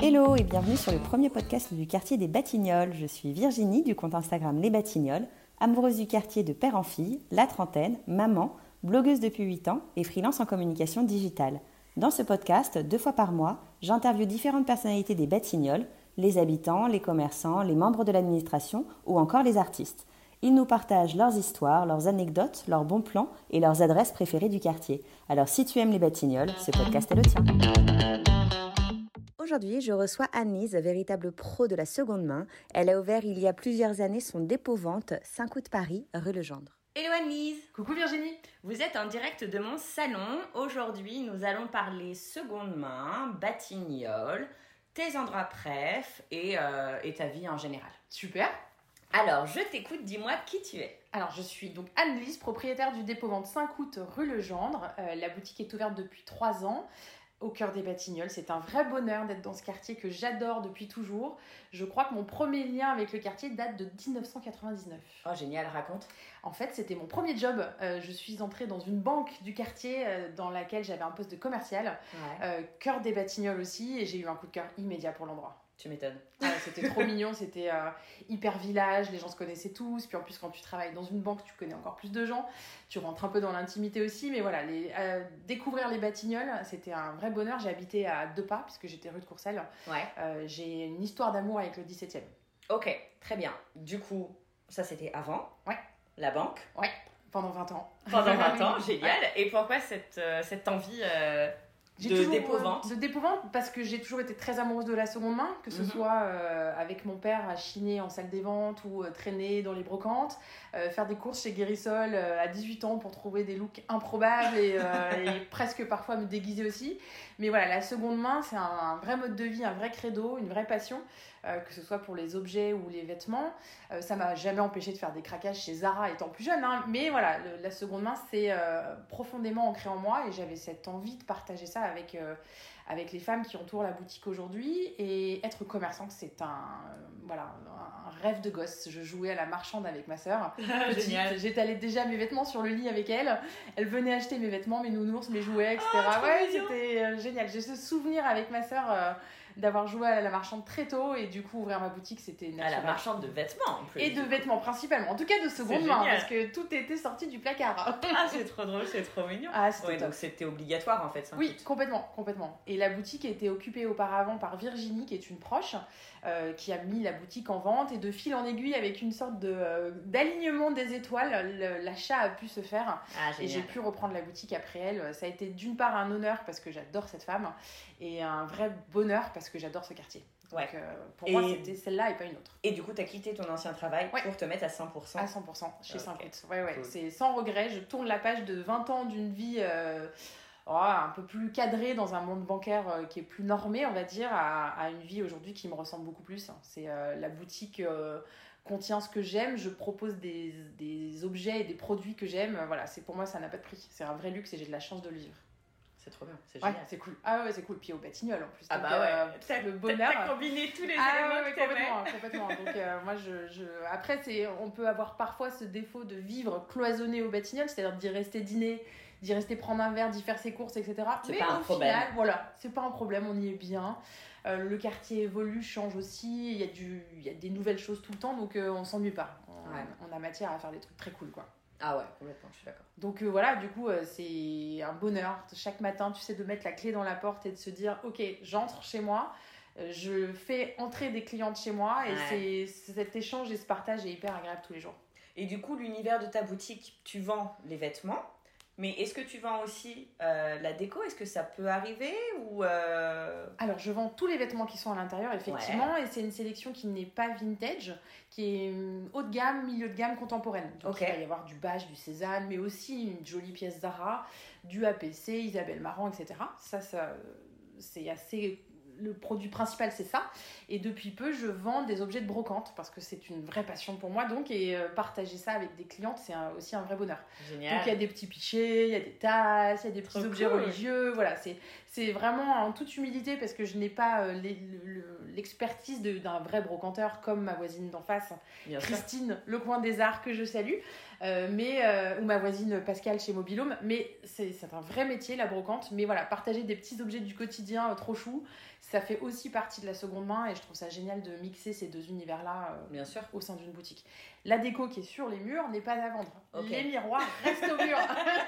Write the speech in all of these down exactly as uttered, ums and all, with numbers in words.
Hello et bienvenue sur le premier podcast du quartier des Batignolles. Je suis Virginie du compte Instagram Les Batignolles, amoureuse du quartier de père en fille, la trentaine, maman, blogueuse depuis huit ans et freelance en communication digitale. Dans ce podcast, deux fois par mois, j'interviewe différentes personnalités des Batignolles, les habitants, les commerçants, les membres de l'administration ou encore les artistes. Ils nous partagent leurs histoires, leurs anecdotes, leurs bons plans et leurs adresses préférées du quartier. Alors si tu aimes les Batignolles, ce podcast est le tien. Aujourd'hui, je reçois Anne-Lise, véritable pro de la seconde main. Elle a ouvert il y a plusieurs années son dépôt-vente cinq août Paris, rue Legendre. Hello Anne-Lise. Coucou Virginie. Vous êtes en direct de mon salon. Aujourd'hui, nous allons parler seconde main, Batignolles, tes endroits préf et, euh, et ta vie en général. Super. Alors, je t'écoute, dis-moi qui tu es. Alors, je suis donc Anne-Lise, propriétaire du dépôt-vente cinq août rue Legendre. Euh, la boutique est ouverte depuis trois ans. Au cœur des Batignolles, c'est un vrai bonheur d'être dans ce quartier que j'adore depuis toujours. Je crois que mon premier lien avec le quartier date de dix-neuf cent quatre-vingt-dix-neuf. Oh génial, raconte. En fait, c'était mon premier job. Euh, je suis entrée dans une banque du quartier euh, dans laquelle j'avais un poste de commercial. Ouais. Euh, cœur des Batignolles aussi, et j'ai eu un coup de cœur immédiat pour l'endroit. Tu m'étonnes. Ouais, c'était trop mignon, c'était euh, hyper village, les gens se connaissaient tous, puis en plus quand tu travailles dans une banque, tu connais encore plus de gens, tu rentres un peu dans l'intimité aussi, mais voilà, les, euh, découvrir les Batignolles, c'était un vrai bonheur. J'ai habité à deux pas, puisque j'étais rue de Courcelles. Ouais. Euh, j'ai une histoire d'amour avec le dix-septième. Ok, très bien. Du coup, ça c'était avant. Ouais. La banque. Ouais, pendant vingt ans. Pendant vingt ans, génial. Ouais. Et pourquoi cette, euh, cette envie euh... J'ai de toujours, dépôt-vente. De dépôt-vente parce que j'ai toujours été très amoureuse de la seconde main, que ce mm-hmm. soit euh, avec mon père à chiner en salle des ventes ou euh, traîner dans les brocantes, euh, faire des courses chez Guérissol euh, à dix-huit ans pour trouver des looks improbables et, euh, et presque parfois me déguiser aussi. Mais voilà, la seconde main, c'est un, un vrai mode de vie, un vrai credo, une vraie passion, euh, que ce soit pour les objets ou les vêtements. Euh, ça m'a jamais empêché de faire des craquages chez Zara étant plus jeune, hein, mais voilà, le, la seconde main, c'est euh, profondément ancré en moi et j'avais cette envie de partager ça avec, euh, avec les femmes qui entourent la boutique aujourd'hui. Et être commerçante, c'est un, euh, voilà, un rêve de gosse. Je jouais à la marchande avec ma sœur. Petite, j'étalais déjà mes vêtements sur le lit avec elle. Elle venait acheter mes vêtements, mes nounours, mes jouets, et cetera. Oh, ouais, c'était euh, génial. J'ai ce souvenir avec ma sœur euh, d'avoir joué à la marchande très tôt et du coup ouvrir ma boutique, c'était naturel. À la marchande de vêtements en plus. Et de vêtements principalement, en tout cas de seconde main, parce que tout était sorti du placard. Ah, c'est trop drôle, c'est trop mignon. Ah, c'était ouais, donc c'était obligatoire en fait. Oui, août. complètement, complètement. Et la boutique était occupée auparavant par Virginie, qui est une proche, euh, qui a mis la boutique en vente et de fil en aiguille avec une sorte de euh, d'alignement des étoiles, le, l'achat a pu se faire. Ah, et j'ai pu reprendre la boutique après elle. Ça a été d'une part un honneur parce que j'adore cette femme et un vrai bonheur parce que j'adore ce quartier. Donc ouais. euh, pour et... moi, c'était celle-là et pas une autre. Et du coup, tu as quitté ton ancien travail ouais. pour te mettre à cent pour cent À cent pour cent chez cinq août. Ouais, ouais. Cool. C'est sans regret. Je tourne la page de vingt ans d'une vie euh, oh, un peu plus cadrée dans un monde bancaire euh, qui est plus normé, on va dire, à, à une vie aujourd'hui qui me ressemble beaucoup plus. C'est euh, la boutique euh, contient ce que j'aime. Je propose des, des objets et des produits que j'aime. Voilà, c'est, pour moi, ça n'a pas de prix. C'est un vrai luxe et j'ai de la chance de le vivre. C'est trop bien, c'est ouais, génial. c'est cool. Ah ouais, c'est cool. Puis au Batignolles en plus. Ah donc, bah ouais, euh, t'as, le bonheur. T'as combiné tous les ah éléments ouais, que complètement, complètement. Donc euh, moi, je, je... Après, c'est... on peut avoir parfois ce défaut de vivre cloisonné au Batignolles, c'est-à-dire d'y rester dîner, d'y rester prendre un verre, d'y faire ses courses, et cetera. C'est Mais pas au un problème. final, voilà, c'est pas un problème, on y est bien. Euh, le quartier évolue, change aussi, il y a, du... il y a des nouvelles choses tout le temps, donc euh, on s'ennuie pas. On... Ouais. on a matière à faire des trucs très cool, quoi. Ah ouais, complètement, je suis d'accord. Donc euh, voilà, du coup, euh, c'est un bonheur. Chaque matin, tu sais, de mettre la clé dans la porte et de se dire, ok, j'entre chez moi, euh, je fais entrer des clientes chez moi et ouais. c'est, c'est cet échange et ce partage est hyper agréable tous les jours. Et du coup, l'univers de ta boutique, tu vends les vêtements, mais est-ce que tu vends aussi euh, la déco ? Est-ce que ça peut arriver ou euh... Alors, je vends tous les vêtements qui sont à l'intérieur, effectivement, ouais. et c'est une sélection qui n'est pas vintage, qui est haut de gamme, milieu de gamme, contemporaine. Donc, okay. il va y avoir du Bache, du Cézanne, mais aussi une jolie pièce Zara, du A P C, Isabelle Marant, et cetera. Ça, ça c'est assez... Le produit principal, c'est ça. Et depuis peu, je vends des objets de brocante parce que c'est une vraie passion pour moi. Donc, et euh, partager ça avec des clientes, c'est un, aussi un vrai bonheur. Génial. Donc, il y a des petits pichets, il y a des tasses, il y a des petits Trop objets cool. religieux. Voilà, c'est, c'est vraiment en toute humilité parce que je n'ai pas euh, les, le, l'expertise de, d'un vrai brocanteur comme ma voisine d'en face, Bien Christine, sûr. Le Coin des Arts, que je salue. Euh, mais, euh, ou ma voisine Pascal chez Mobilhome. Mais c'est, c'est un vrai métier, la brocante. Mais voilà, partager des petits objets du quotidien euh, trop chou, ça fait aussi partie de la seconde main. Et je trouve ça génial de mixer ces deux univers-là euh, Bien sûr. au sein d'une boutique. La déco qui est sur les murs n'est pas à vendre. Okay. Les miroirs restent au mur.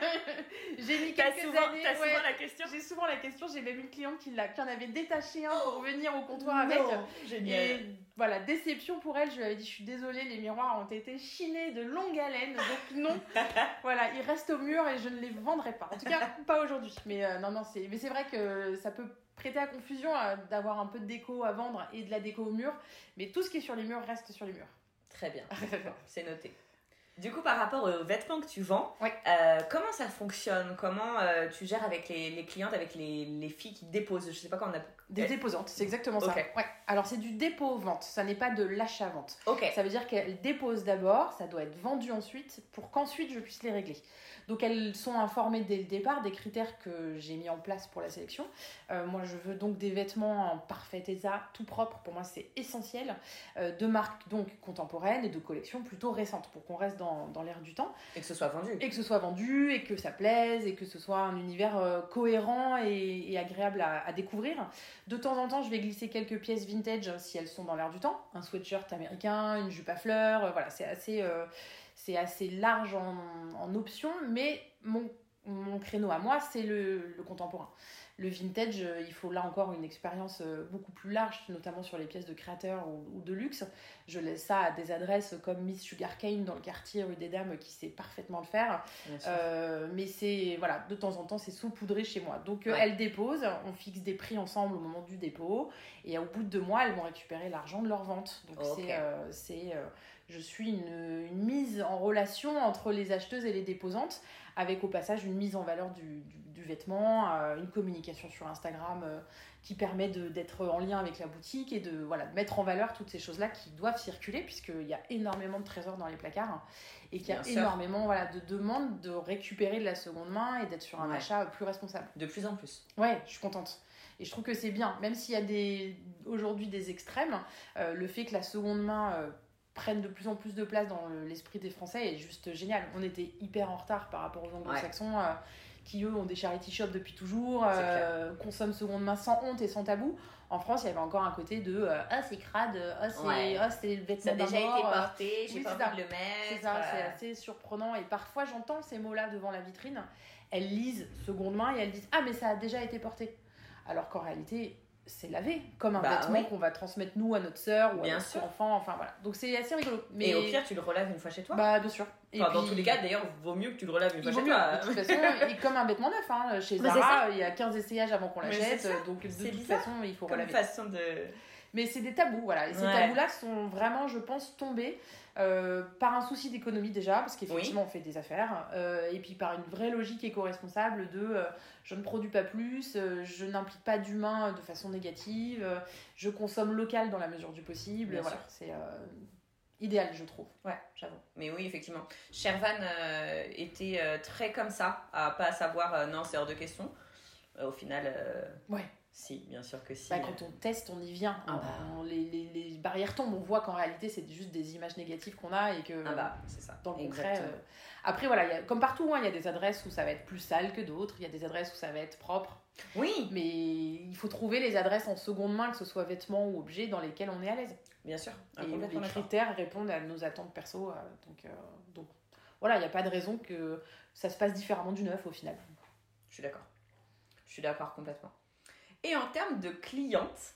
J'ai mis t'as quelques souvent, années. T'as ouais, souvent la question. J'ai souvent la question. J'ai même une cliente qui, l'a, qui en avait détaché un pour venir au comptoir non, avec. Génial. Et voilà, déception pour elle. Je lui avais dit, je suis désolée, les miroirs ont été chinés de longue haleine. Donc non, voilà, ils restent au mur et je ne les vendrai pas. En tout cas, pas aujourd'hui. Mais euh, non, non, c'est, mais c'est vrai que ça peut prêter à confusion euh, d'avoir un peu de déco à vendre et de la déco au mur. Mais tout ce qui est sur les murs reste sur les murs. Très bien, c'est noté. Du coup, par rapport aux vêtements que tu vends, ouais. euh, comment ça fonctionne? Comment euh, tu gères avec les, les clientes, avec les, les filles qui déposent? Je sais pas comment on a... Des déposantes, c'est exactement ça. Okay. Ouais. Alors, c'est du dépôt-vente, ça n'est pas de l'achat-vente. Okay. Ça veut dire qu'elles déposent d'abord, ça doit être vendu ensuite, pour qu'ensuite je puisse les régler. Donc, elles sont informées dès le départ des critères que j'ai mis en place pour la sélection. Euh, moi, je veux donc des vêtements en parfait état, tout propre. Pour moi, c'est essentiel. Euh, de marques donc contemporaines et de collections plutôt récentes, pour qu'on reste dans, dans l'air du temps. Et que ce soit vendu. Et que ce soit vendu, et que ça plaise, et que ce soit un univers euh, cohérent et, et agréable à, à découvrir. De temps en temps, je vais glisser quelques pièces vintage si elles sont dans l'air du temps. Un sweatshirt américain, une jupe à fleurs, euh, voilà, c'est assez, euh, c'est assez large en, en options, mais mon, mon créneau à moi, c'est le, le contemporain. Le vintage, euh, il faut là encore une expérience euh, beaucoup plus large, notamment sur les pièces de créateurs ou, ou de luxe. Je laisse ça à des adresses comme Miss Sugarcane dans le quartier rue des Dames qui sait parfaitement le faire. Euh, mais c'est, voilà, de temps en temps, c'est saupoudré chez moi. Donc, euh, ouais. Elles déposent, on fixe des prix ensemble au moment du dépôt. Et au bout de deux mois, elles vont récupérer l'argent de leur vente. Donc, okay. c'est, euh, c'est, euh, je suis une, une mise en relation entre les acheteuses et les déposantes, avec au passage une mise en valeur du, du, du vêtement, euh, une communication sur Instagram euh, qui permet de, d'être en lien avec la boutique et de, voilà, de mettre en valeur toutes ces choses-là qui doivent circuler, puisqu'il y a énormément de trésors dans les placards et qu'il y a Bien énormément voilà, de demandes de récupérer de la seconde main et d'être sur un ouais. achat plus responsable. De plus en plus. Ouais, je suis contente. Et je trouve que c'est bien, même s'il y a des, aujourd'hui des extrêmes, euh, le fait que la seconde main... Euh, prennent de plus en plus de place dans l'esprit des Français est juste génial. On était hyper en retard par rapport aux anglo-saxons ouais. euh, qui, eux, ont des charity shops depuis toujours, euh, consomment seconde main sans honte et sans tabou. En France, il y avait encore un côté de euh, « Ah, c'est crade, ah, c'est, ouais. ah, c'est le vêtement d'un mort. » Ça a déjà été porté, j'ai oui, pas envie de le mettre. C'est ça, c'est assez surprenant. Et parfois, j'entends ces mots-là devant la vitrine. Elles lisent seconde main et elles disent « Ah, mais ça a déjà été porté. » Alors qu'en réalité... c'est lavé, comme un bah, vêtement oui. qu'on va transmettre nous à notre sœur ou bien à notre enfant, enfin voilà. Donc c'est assez rigolo. Mais... Et au pire, tu le relaves une fois chez toi. Bah bien sûr. Et enfin, puis... Dans tous les cas, d'ailleurs, vaut mieux que tu le relaves une fois chez mieux. toi. De toute façon, et comme un vêtement neuf, hein. Chez Zara, il y a quinze essayages avant qu'on l'achète, donc de toute bizarre. façon, il faut comme relaver. façon de... Mais c'est des tabous, voilà. Et ces ouais. tabous-là sont vraiment, je pense, tombés euh, par un souci d'économie déjà, parce qu'effectivement, oui. on fait des affaires, euh, et puis par une vraie logique éco-responsable de euh, je ne produis pas plus, euh, je n'implique pas d'humain de façon négative, euh, je consomme local dans la mesure du possible. Bien voilà, sûr. C'est euh, idéal, je trouve. Ouais, j'avoue. Mais oui, effectivement. Shervan euh, était euh, très comme ça, à pas savoir euh, non, c'est hors de question. Euh, au final. Euh... Ouais. Si, bien sûr que si. Bah, quand on teste, on y vient. Ah bah. on, les, les, les barrières tombent, on voit qu'en réalité, c'est juste des images négatives qu'on a et que ah bah, c'est ça. Dans le concret. Euh... Après, voilà, y a, comme partout, il hein, y a des adresses où ça va être plus sale que d'autres, il y a des adresses où ça va être propre. Oui. Mais il faut trouver les adresses en seconde main, que ce soit vêtements ou objets, dans lesquels on est à l'aise. Bien sûr. Et les critères répondent à nos attentes perso. Euh, donc, euh, donc, voilà, il n'y a pas de raison que ça se passe différemment du neuf au final. Je suis d'accord. Je suis d'accord complètement. Et en termes de clientes,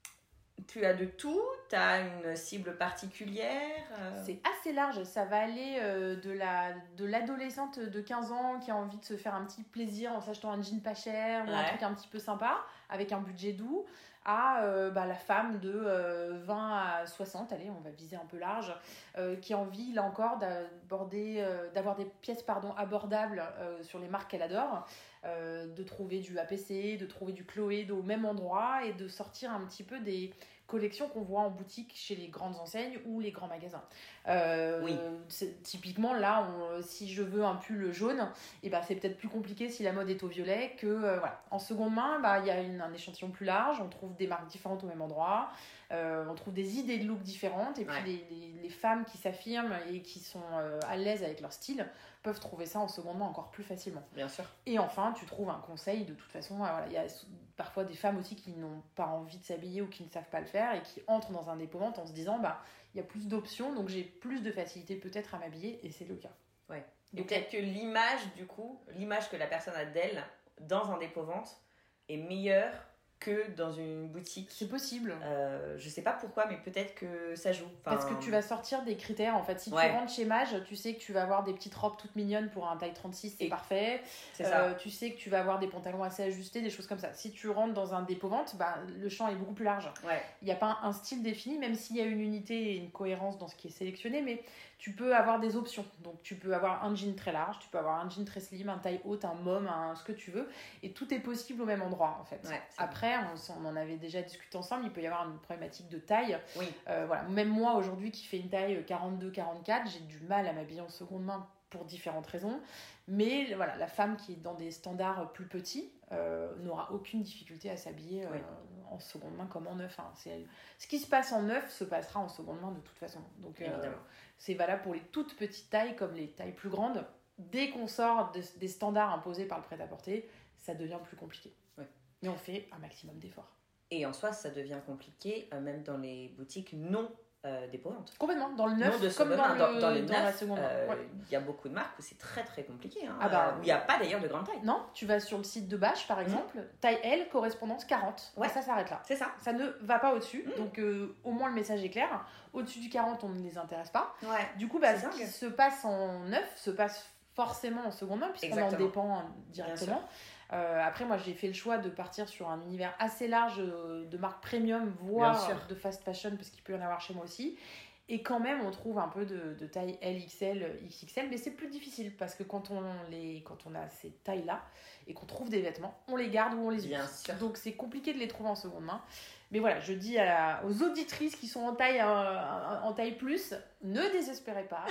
tu as de tout, tu as une cible particulière euh... C'est assez large, ça va aller euh, de, la, de l'adolescente de quinze ans qui a envie de se faire un petit plaisir en s'achetant un jean pas cher ou ouais. un truc un petit peu sympa, avec un budget doux, à euh, bah, la femme de euh, vingt à soixante, allez, on va viser un peu large, euh, qui a envie, là encore, d'aborder, euh, d'avoir des pièces pardon, abordables euh, sur les marques qu'elle adore, euh, de trouver du A P C, de trouver du Chloé au même endroit et de sortir un petit peu des collections qu'on voit en boutique chez les grandes enseignes ou les grands magasins. Euh, oui. Typiquement, là, on, si je veux un pull jaune, et ben, c'est peut-être plus compliqué si la mode est au violet que... Euh, voilà. En seconde main, bah, y a une, un échantillon plus large, on trouve des marques différentes au même endroit, euh, on trouve des idées de look différentes, et puis ouais. les, les, les femmes qui s'affirment et qui sont euh, à l'aise avec leur style peuvent trouver ça en seconde main encore plus facilement. Bien sûr. Et enfin, tu trouves un conseil, de toute façon, voilà, il y a parfois des femmes aussi qui n'ont pas envie de s'habiller ou qui ne savent pas le faire et qui entrent dans un dépôt-vente en se disant, bah, il y a plus d'options, donc j'ai plus de facilité peut-être à m'habiller, et c'est le cas. Ouais. Et peut-être que l'image, du coup, l'image que la personne a d'elle dans un dépôt-vente est meilleure que dans une boutique. C'est possible. Euh, je sais pas pourquoi, mais peut-être que ça joue. Enfin... Parce que tu vas sortir des critères. En fait, si ouais. tu rentres chez Mage, tu sais que tu vas avoir des petites robes toutes mignonnes pour un taille trente-six, c'est Et... parfait. C'est ça. Euh, tu sais que tu vas avoir des pantalons assez ajustés, des choses comme ça. Si tu rentres dans un dépôt-vente, bah, le champ est beaucoup plus large. Ouais. Il n'y a pas un style défini, même s'il y a une unité et une cohérence dans ce qui est sélectionné, mais tu peux avoir des options. Donc, tu peux avoir un jean très large, tu peux avoir un jean très slim, un taille haute, un mom, un, ce que tu veux. Et tout est possible au même endroit, en fait. Ouais, après, on, on en avait déjà discuté ensemble, il peut y avoir une problématique de taille. Oui. Euh, voilà. Même moi, aujourd'hui, qui fais une taille quarante-deux quarante-quatre, j'ai du mal à m'habiller en seconde main pour différentes raisons. Mais voilà, la femme qui est dans des standards plus petits euh, n'aura aucune difficulté à s'habiller euh, oui. en seconde main comme en neuf. Hein. C'est, ce qui se passe en neuf se passera en seconde main de toute façon. Donc, euh, c'est valable pour les toutes petites tailles comme les tailles plus grandes. Dès qu'on sort de, des standards imposés par le prêt-à-porter, ça devient plus compliqué. Oui. Mais on fait un maximum d'efforts. Et en soi, ça devient compliqué, euh, même dans les boutiques non euh, dépôt-vente. Complètement, dans le neuf, de comme dans, dans, le, dans, dans les dans neuf, la seconde. Il euh, ouais. y a beaucoup de marques où c'est très très compliqué. Hein, ah bah, euh, où il n'y a pas d'ailleurs de grande taille. Non, tu vas sur le site de Bâche par exemple, mmh. taille L, correspondance quarante. Ouais. Et ça s'arrête là. C'est ça. Ça ne va pas au-dessus, mmh. donc euh, au moins le message est clair. Au-dessus du quarante, on ne les intéresse pas. Ouais. Du coup, bah, ce qui se passe en neuf se passe forcément en seconde main, puisqu'on Exactement. en dépend directement. Euh, après, moi, j'ai fait le choix de partir sur un univers assez large euh, de marques premium, voire de fast fashion, parce qu'il peut y en avoir chez moi aussi. Et quand même, on trouve un peu de, de taille L X L, X X L, mais c'est plus difficile, parce que quand on, les, quand on a ces tailles-là, et qu'on trouve des vêtements, on les garde ou on les Bien use. sûr. Donc, c'est compliqué de les trouver en seconde main. Mais voilà, je dis à la, aux auditrices qui sont en taille, euh, en taille plus, ne désespérez pas.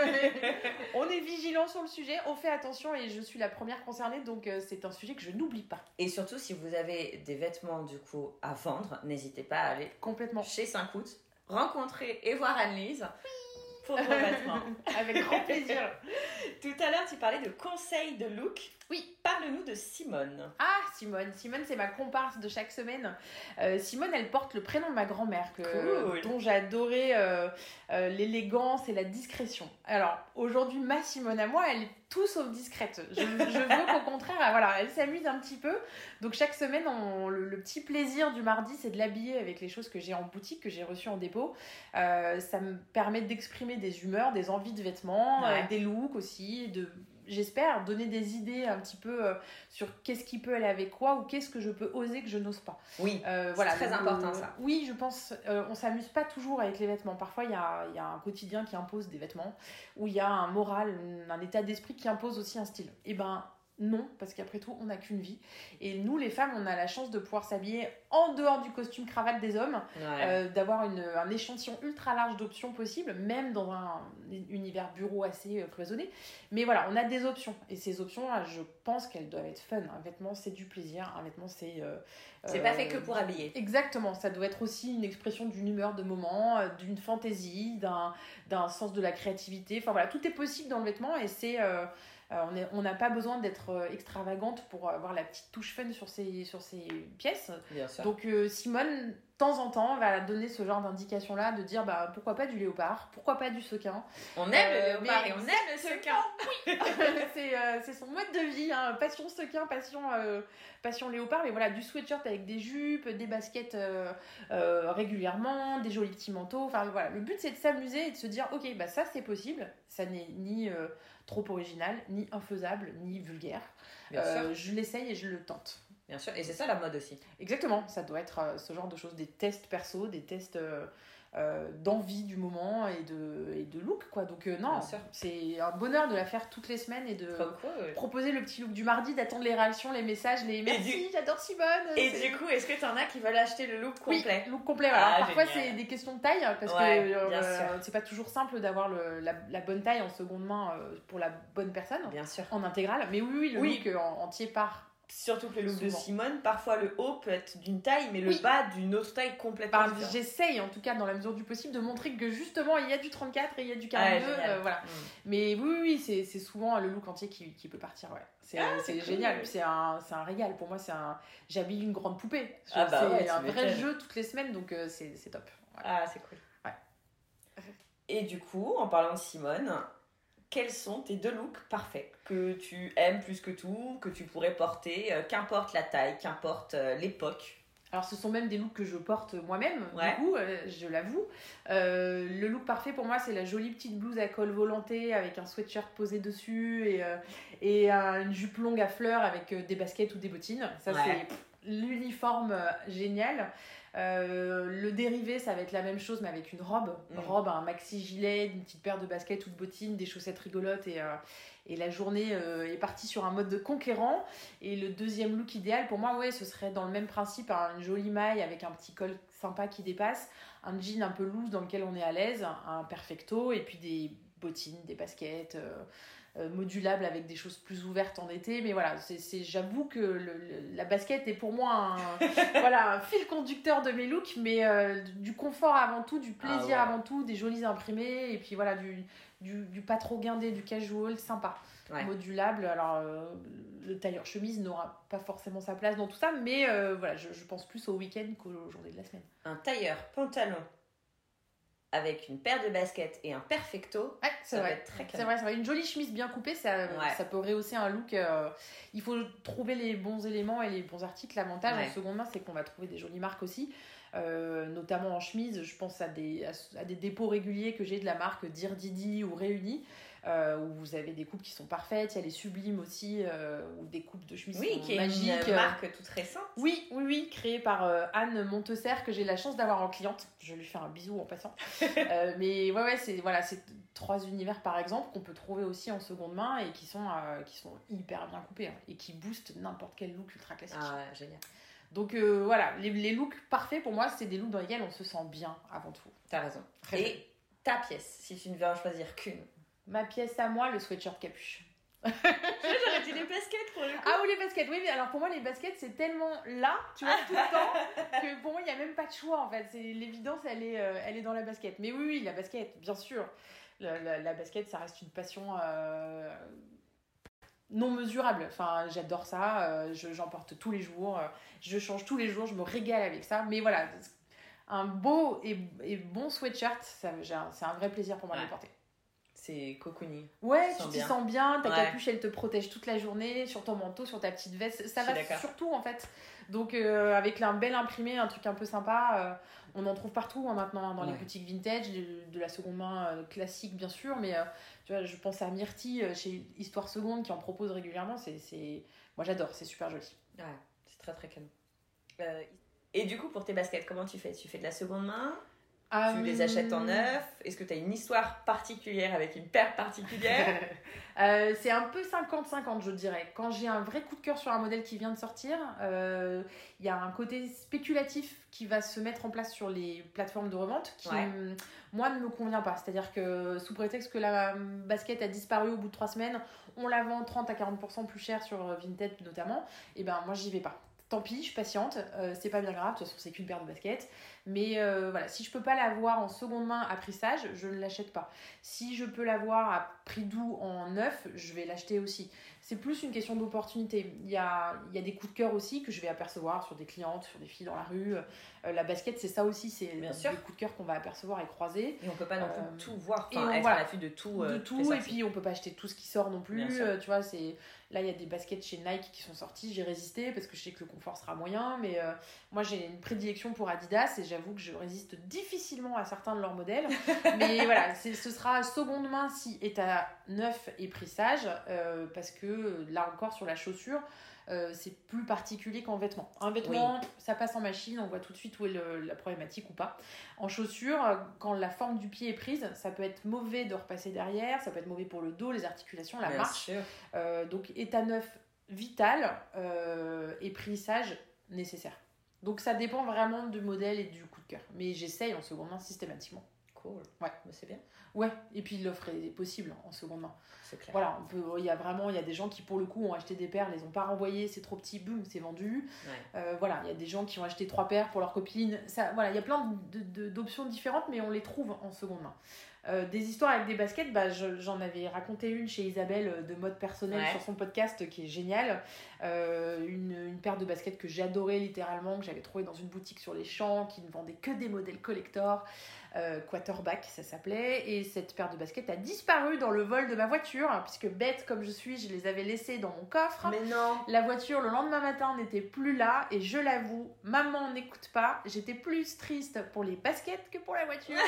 On est vigilants sur le sujet, on fait attention et je suis la première concernée, donc euh, c'est un sujet que je n'oublie pas. Et surtout, si vous avez des vêtements du coup à vendre, n'hésitez pas à aller complètement chez Saint-Cout, rencontrer et voir Anne-Lise. Pour vos vêtements. Avec grand plaisir. Tout à l'heure, tu parlais de conseils de look. Oui. Parle-nous de Simone. Ah, Simone. Simone, c'est ma comparse de chaque semaine. Euh, Simone, elle porte le prénom de ma grand-mère, que, cool. dont j'ai adoré euh, euh, l'élégance et la discrétion. Alors, aujourd'hui, ma Simone à moi, elle est tout sauf discrète. Je, je veux qu'au contraire, elle, voilà, elle s'amuse un petit peu. Donc, chaque semaine, on, le, le petit plaisir du mardi, c'est de l'habiller avec les choses que j'ai en boutique, que j'ai reçues en dépôt. Euh, ça me permet d'exprimer des humeurs, des envies de vêtements, ouais. euh, des looks aussi, de... j'espère donner des idées un petit peu euh, sur qu'est-ce qui peut aller avec quoi ou qu'est-ce que je peux oser que je n'ose pas. Oui, euh, c'est voilà, très donc, important euh, ça. Oui, je pense, euh, on ne s'amuse pas toujours avec les vêtements. Parfois, il y a, y a un quotidien qui impose des vêtements, où il y a un moral, un état d'esprit qui impose aussi un style. Et ben non, parce qu'après tout, on n'a qu'une vie. Et nous, les femmes, on a la chance de pouvoir s'habiller en dehors du costume cravate des hommes, ouais. euh, d'avoir une, un échantillon ultra large d'options possibles, même dans un univers bureau assez euh, cloisonné. Mais voilà, on a des options. Et ces options, là, je pense qu'elles doivent être fun. Un vêtement, c'est du plaisir. Un vêtement, c'est... Euh, c'est euh, pas fait que pour habiller. Exactement. Ça doit être aussi une expression d'une humeur de moment, euh, d'une fantaisie, d'un, d'un sens de la créativité. Enfin voilà, tout est possible dans le vêtement et c'est... Euh, Euh, on n'a pas besoin d'être euh, extravagante pour avoir la petite touche fun sur ces, sur ces pièces. Bien sûr. Donc euh, Simone, de temps en temps, va donner ce genre d'indication-là, de dire bah, pourquoi pas du léopard, pourquoi pas du sequin. On aime euh, le léopard et on aime le sequin. Oui. c'est, euh, c'est son mode de vie, hein. Passion sequin, passion, euh, passion léopard, mais voilà, du sweatshirt avec des jupes, des baskets euh, euh, régulièrement, des jolis petits manteaux. Enfin voilà, le but c'est de s'amuser et de se dire ok, bah ça c'est possible, ça n'est ni euh, trop original, ni infaisable, ni vulgaire. Bien euh, sûr. Je l'essaye et je le tente. Bien sûr, et c'est ça la mode aussi. Exactement, ça doit être euh, ce genre de choses, des tests perso, des tests euh, euh, d'envie du moment et de, et de look, quoi. Donc euh, non, c'est un bonheur de la faire toutes les semaines et de cool, ouais. proposer le petit look du mardi, d'attendre les réactions, les messages, les merci, du... j'adore Simone. Et c'est... du coup, est-ce que t'en as qui veulent acheter le look complet? Oui, look complet. Voilà. Ah, parfois, génial. C'est des questions de taille parce ouais, que euh, c'est pas toujours simple d'avoir le, la, la bonne taille en seconde main euh, pour la bonne personne. Bien sûr. En intégrale. Mais oui, oui, le oui. look euh, en, entier part. Surtout que le look souvent. De Simone, parfois le haut peut être d'une taille, mais le oui. bas d'une autre taille complètement bah, différente. J'essaye, en tout cas, dans la mesure du possible, de montrer que justement, il y a du trente-quatre et il y a du quarante-deux. Ah, euh, voilà. Mmh. Mais oui, oui, c'est, c'est souvent le look entier qui, qui peut partir. Ouais. C'est, ah, c'est, c'est cool. Génial. Puis c'est un, c'est un régal. Pour moi, c'est un... j'habille une grande poupée. Je, ah bah c'est ouais, un vrai m'étonnes. Jeu toutes les semaines, donc euh, c'est, c'est top. Ouais. Ah, c'est cool. Ouais. Et du coup, en parlant de Simone, quels sont tes deux looks parfaits que tu aimes plus que tout, que tu pourrais porter, euh, qu'importe la taille, qu'importe euh, l'époque? Alors, ce sont même des looks que je porte moi-même, ouais. du coup, euh, je l'avoue. Euh, le look parfait pour moi, c'est la jolie petite blouse à col volanté avec un sweatshirt posé dessus et, euh, et euh, une jupe longue à fleurs avec euh, des baskets ou des bottines. Ça, ouais. c'est pff, l'uniforme euh, génial. Euh, le dérivé, ça va être la même chose, mais avec une robe. Une mmh. robe, un maxi-gilet, une petite paire de baskets ou de bottines, des chaussettes rigolotes. Et, euh, et la journée euh, est partie sur un mode de conquérant. Et le deuxième look idéal, pour moi, ouais, ce serait dans le même principe, hein, une jolie maille avec un petit col sympa qui dépasse, un jean un peu loose dans lequel on est à l'aise, un perfecto, et puis des bottines, des baskets... Euh, Euh, modulable avec des choses plus ouvertes en été, mais voilà, c'est, c'est, j'avoue que le, le, la basket est pour moi un, voilà, un fil conducteur de mes looks, mais euh, du confort avant tout, du plaisir ah ouais. avant tout, des jolis imprimés, et puis voilà, du, du, du pas trop guindé, du casual, sympa, ouais. modulable. Alors, euh, le tailleur chemise n'aura pas forcément sa place dans tout ça, mais euh, voilà, je, je pense plus au week-end qu'aux journées de la semaine. Un tailleur pantalon avec une paire de baskets et un perfecto, ouais, c'est ça vrai. va être très calme. C'est vrai, c'est vrai. Une jolie chemise bien coupée, ça, ouais. ça peut rehausser un look. Euh, il faut trouver les bons éléments et les bons articles. L'avantage ouais. en seconde main, c'est qu'on va trouver des jolies marques aussi, euh, notamment en chemise. Je pense à des, à, à des dépôts réguliers que j'ai de la marque Dear Didi ou Réunis, euh, où vous avez des coupes qui sont parfaites. Il y a les Sublimes aussi, euh, ou des coupes de chemise oui, qui magiques. Est une marque toute récente. Oui, oui, oui, créée par euh, Anne Montesser, que j'ai la chance d'avoir en cliente. Je lui fais un bisou en passant. euh, mais ouais, ouais, c'est voilà, c'est trois univers par exemple qu'on peut trouver aussi en seconde main et qui sont euh, qui sont hyper bien coupés hein, et qui boostent n'importe quel look ultra classique. Ah, ouais, génial. Donc euh, voilà, les, les looks parfaits pour moi, c'est des looks dans lesquels on se sent bien avant tout. T'as raison. Très et bien. Ta pièce, si tu ne veux en choisir qu'une. Ma pièce à moi, le sweatshirt capuche. J'aurais dit les baskets pour le coup. Ah oui, les baskets, oui, mais alors pour moi, les baskets, c'est tellement là, tu vois, tout le temps, que pour moi, il n'y a même pas de choix en fait. C'est, l'évidence, elle est, euh, elle est dans la basket. Mais oui, oui, la basket, bien sûr. La, la, la basket, ça reste une passion euh, non mesurable. Enfin, j'adore ça, euh, je, j'en porte tous les jours, euh, je change tous les jours, je me régale avec ça. Mais voilà, un beau et, et bon sweatshirt, ça, j'ai un, c'est un vrai plaisir pour moi ouais. de le porter. C'est cocooning. Ouais, tu t'y sens bien, ta ouais. capuche elle te protège toute la journée, sur ton manteau, sur ta petite veste, ça va d'accord. Surtout en fait. Donc euh, avec un bel imprimé, un truc un peu sympa, euh, on en trouve partout hein, maintenant, dans ouais. les boutiques vintage, de, de la seconde main euh, classique bien sûr, mais euh, tu vois, je pense à Myrtille euh, chez Histoire Seconde qui en propose régulièrement, c'est, c'est... moi j'adore, c'est super joli. Ouais, c'est très très calme. Euh, et du coup pour tes baskets, comment tu fais? Tu fais de la seconde main? Tu um... les achètes en neuf? Est-ce que tu as une histoire particulière avec une paire particulière? euh, C'est un peu cinquante cinquante, je dirais. Quand j'ai un vrai coup de cœur sur un modèle qui vient de sortir, il euh, y a un côté spéculatif qui va se mettre en place sur les plateformes de revente qui, ouais. m- moi, ne me convient pas. C'est-à-dire que sous prétexte que la basket a disparu au bout de trois semaines, on la vend trente à quarante pour cent plus cher sur Vinted notamment, et ben moi, j'y vais pas. Tant pis, je suis patiente, euh, c'est pas bien grave, de toute façon c'est qu'une paire de baskets. Mais euh, voilà, si je peux pas l'avoir en seconde main à prix sage, je ne l'achète pas. Si je peux l'avoir à prix doux en neuf, je vais l'acheter aussi. C'est plus une question d'opportunité. Il y a, il y a des coups de cœur aussi que je vais apercevoir sur des clientes, sur des filles dans la rue. Euh, la basket, c'est ça aussi, c'est bien des sûr. Coups de cœur qu'on va apercevoir et croiser. Et on peut pas non plus euh, tout voir, enfin, on, être voilà, à l'affût de tout. Euh, de tout, et puis on peut pas acheter tout ce qui sort non plus. Euh, tu vois, c'est... Là, il y a des baskets chez Nike qui sont sorties, j'ai résisté parce que je sais que le confort sera moyen, mais euh, moi j'ai une prédilection pour Adidas et j'avoue que je résiste difficilement à certains de leurs modèles. Mais voilà, c'est, ce sera seconde main si est à neuf et prix sage, euh, parce que là encore sur la chaussure, Euh, c'est plus particulier qu'en vêtements. Un vêtement, oui. ça passe en machine, on voit tout de suite où est le, la problématique ou pas. En chaussures, quand la forme du pied est prise, ça peut être mauvais de repasser derrière, ça peut être mauvais pour le dos, les articulations, la Bien marche. sûr. Euh, donc état neuf vital euh, et prissage nécessaire. Donc ça dépend vraiment du modèle et du coup de cœur. Mais j'essaye en seconde main systématiquement. Cool. Ouais. Mais c'est bien. Ouais, et puis l'offre est possible en seconde main. C'est clair. Voilà, on peut, il y a vraiment, il y a des gens qui pour le coup ont acheté des paires, les ont pas renvoyées, c'est trop petit, boum, c'est vendu. Ouais. Euh, voilà, il y a des gens qui ont acheté trois paires pour leur copine. Ça, voilà, il y a plein de, de, d'options différentes, mais on les trouve en seconde main. Euh, des histoires avec des baskets, bah, je, j'en avais raconté une chez Isabelle de mode personnel ouais. sur son podcast qui est génial. Euh, une, une paire de baskets que j'adorais littéralement, que j'avais trouvée dans une boutique sur les champs, qui ne vendait que des modèles collector. Euh, Quarterback, ça s'appelait. Et cette paire de baskets a disparu dans le vol de ma voiture, puisque bête comme je suis, je les avais laissées dans mon coffre. Mais non. La voiture, le lendemain matin, n'était plus là. Et je l'avoue, maman n'écoute pas. J'étais plus triste pour les baskets que pour la voiture.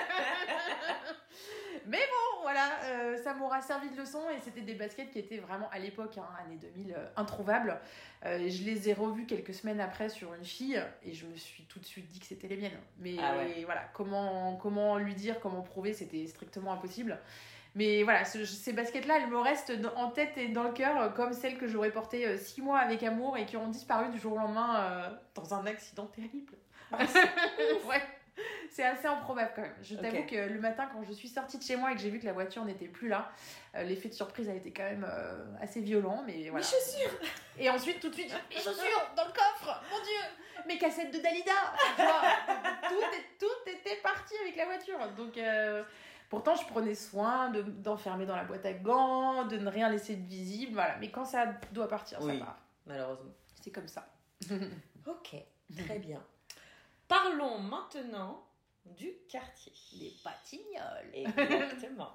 Mais bon, voilà, euh, ça m'aura servi de leçon et c'était des baskets qui étaient vraiment à l'époque, hein, année deux mille, euh, introuvables. Euh, je les ai revues quelques semaines après sur une fille et je me suis tout de suite dit que c'était les miennes. Mais ah ouais. voilà, comment, comment lui dire, comment prouver, c'était strictement impossible. Mais voilà, ce, ces baskets-là, elles me restent en tête et dans le cœur comme celles que j'aurais portées euh, six mois avec amour et qui ont disparu du jour au lendemain euh, dans un accident terrible. Ah, c'est ouf. Ouais. C'est assez improbable quand même. Je t'avoue okay. que le matin, quand je suis sortie de chez moi et que j'ai vu que la voiture n'était plus là, euh, l'effet de surprise a été quand même euh, assez violent. Mais voilà. Mes chaussures. Et ensuite, tout de suite, mes chaussures dans le coffre. Mon Dieu, mes cassettes de Dalida. tout, est, tout était parti avec la voiture. Donc, euh, pourtant, je prenais soin de, d'enfermer dans la boîte à gants, de ne rien laisser de visible. Voilà. Mais quand ça doit partir, oui, ça part. Malheureusement. C'est comme ça. Ok, très bien. Parlons maintenant du quartier. Les Batignolles. Exactement.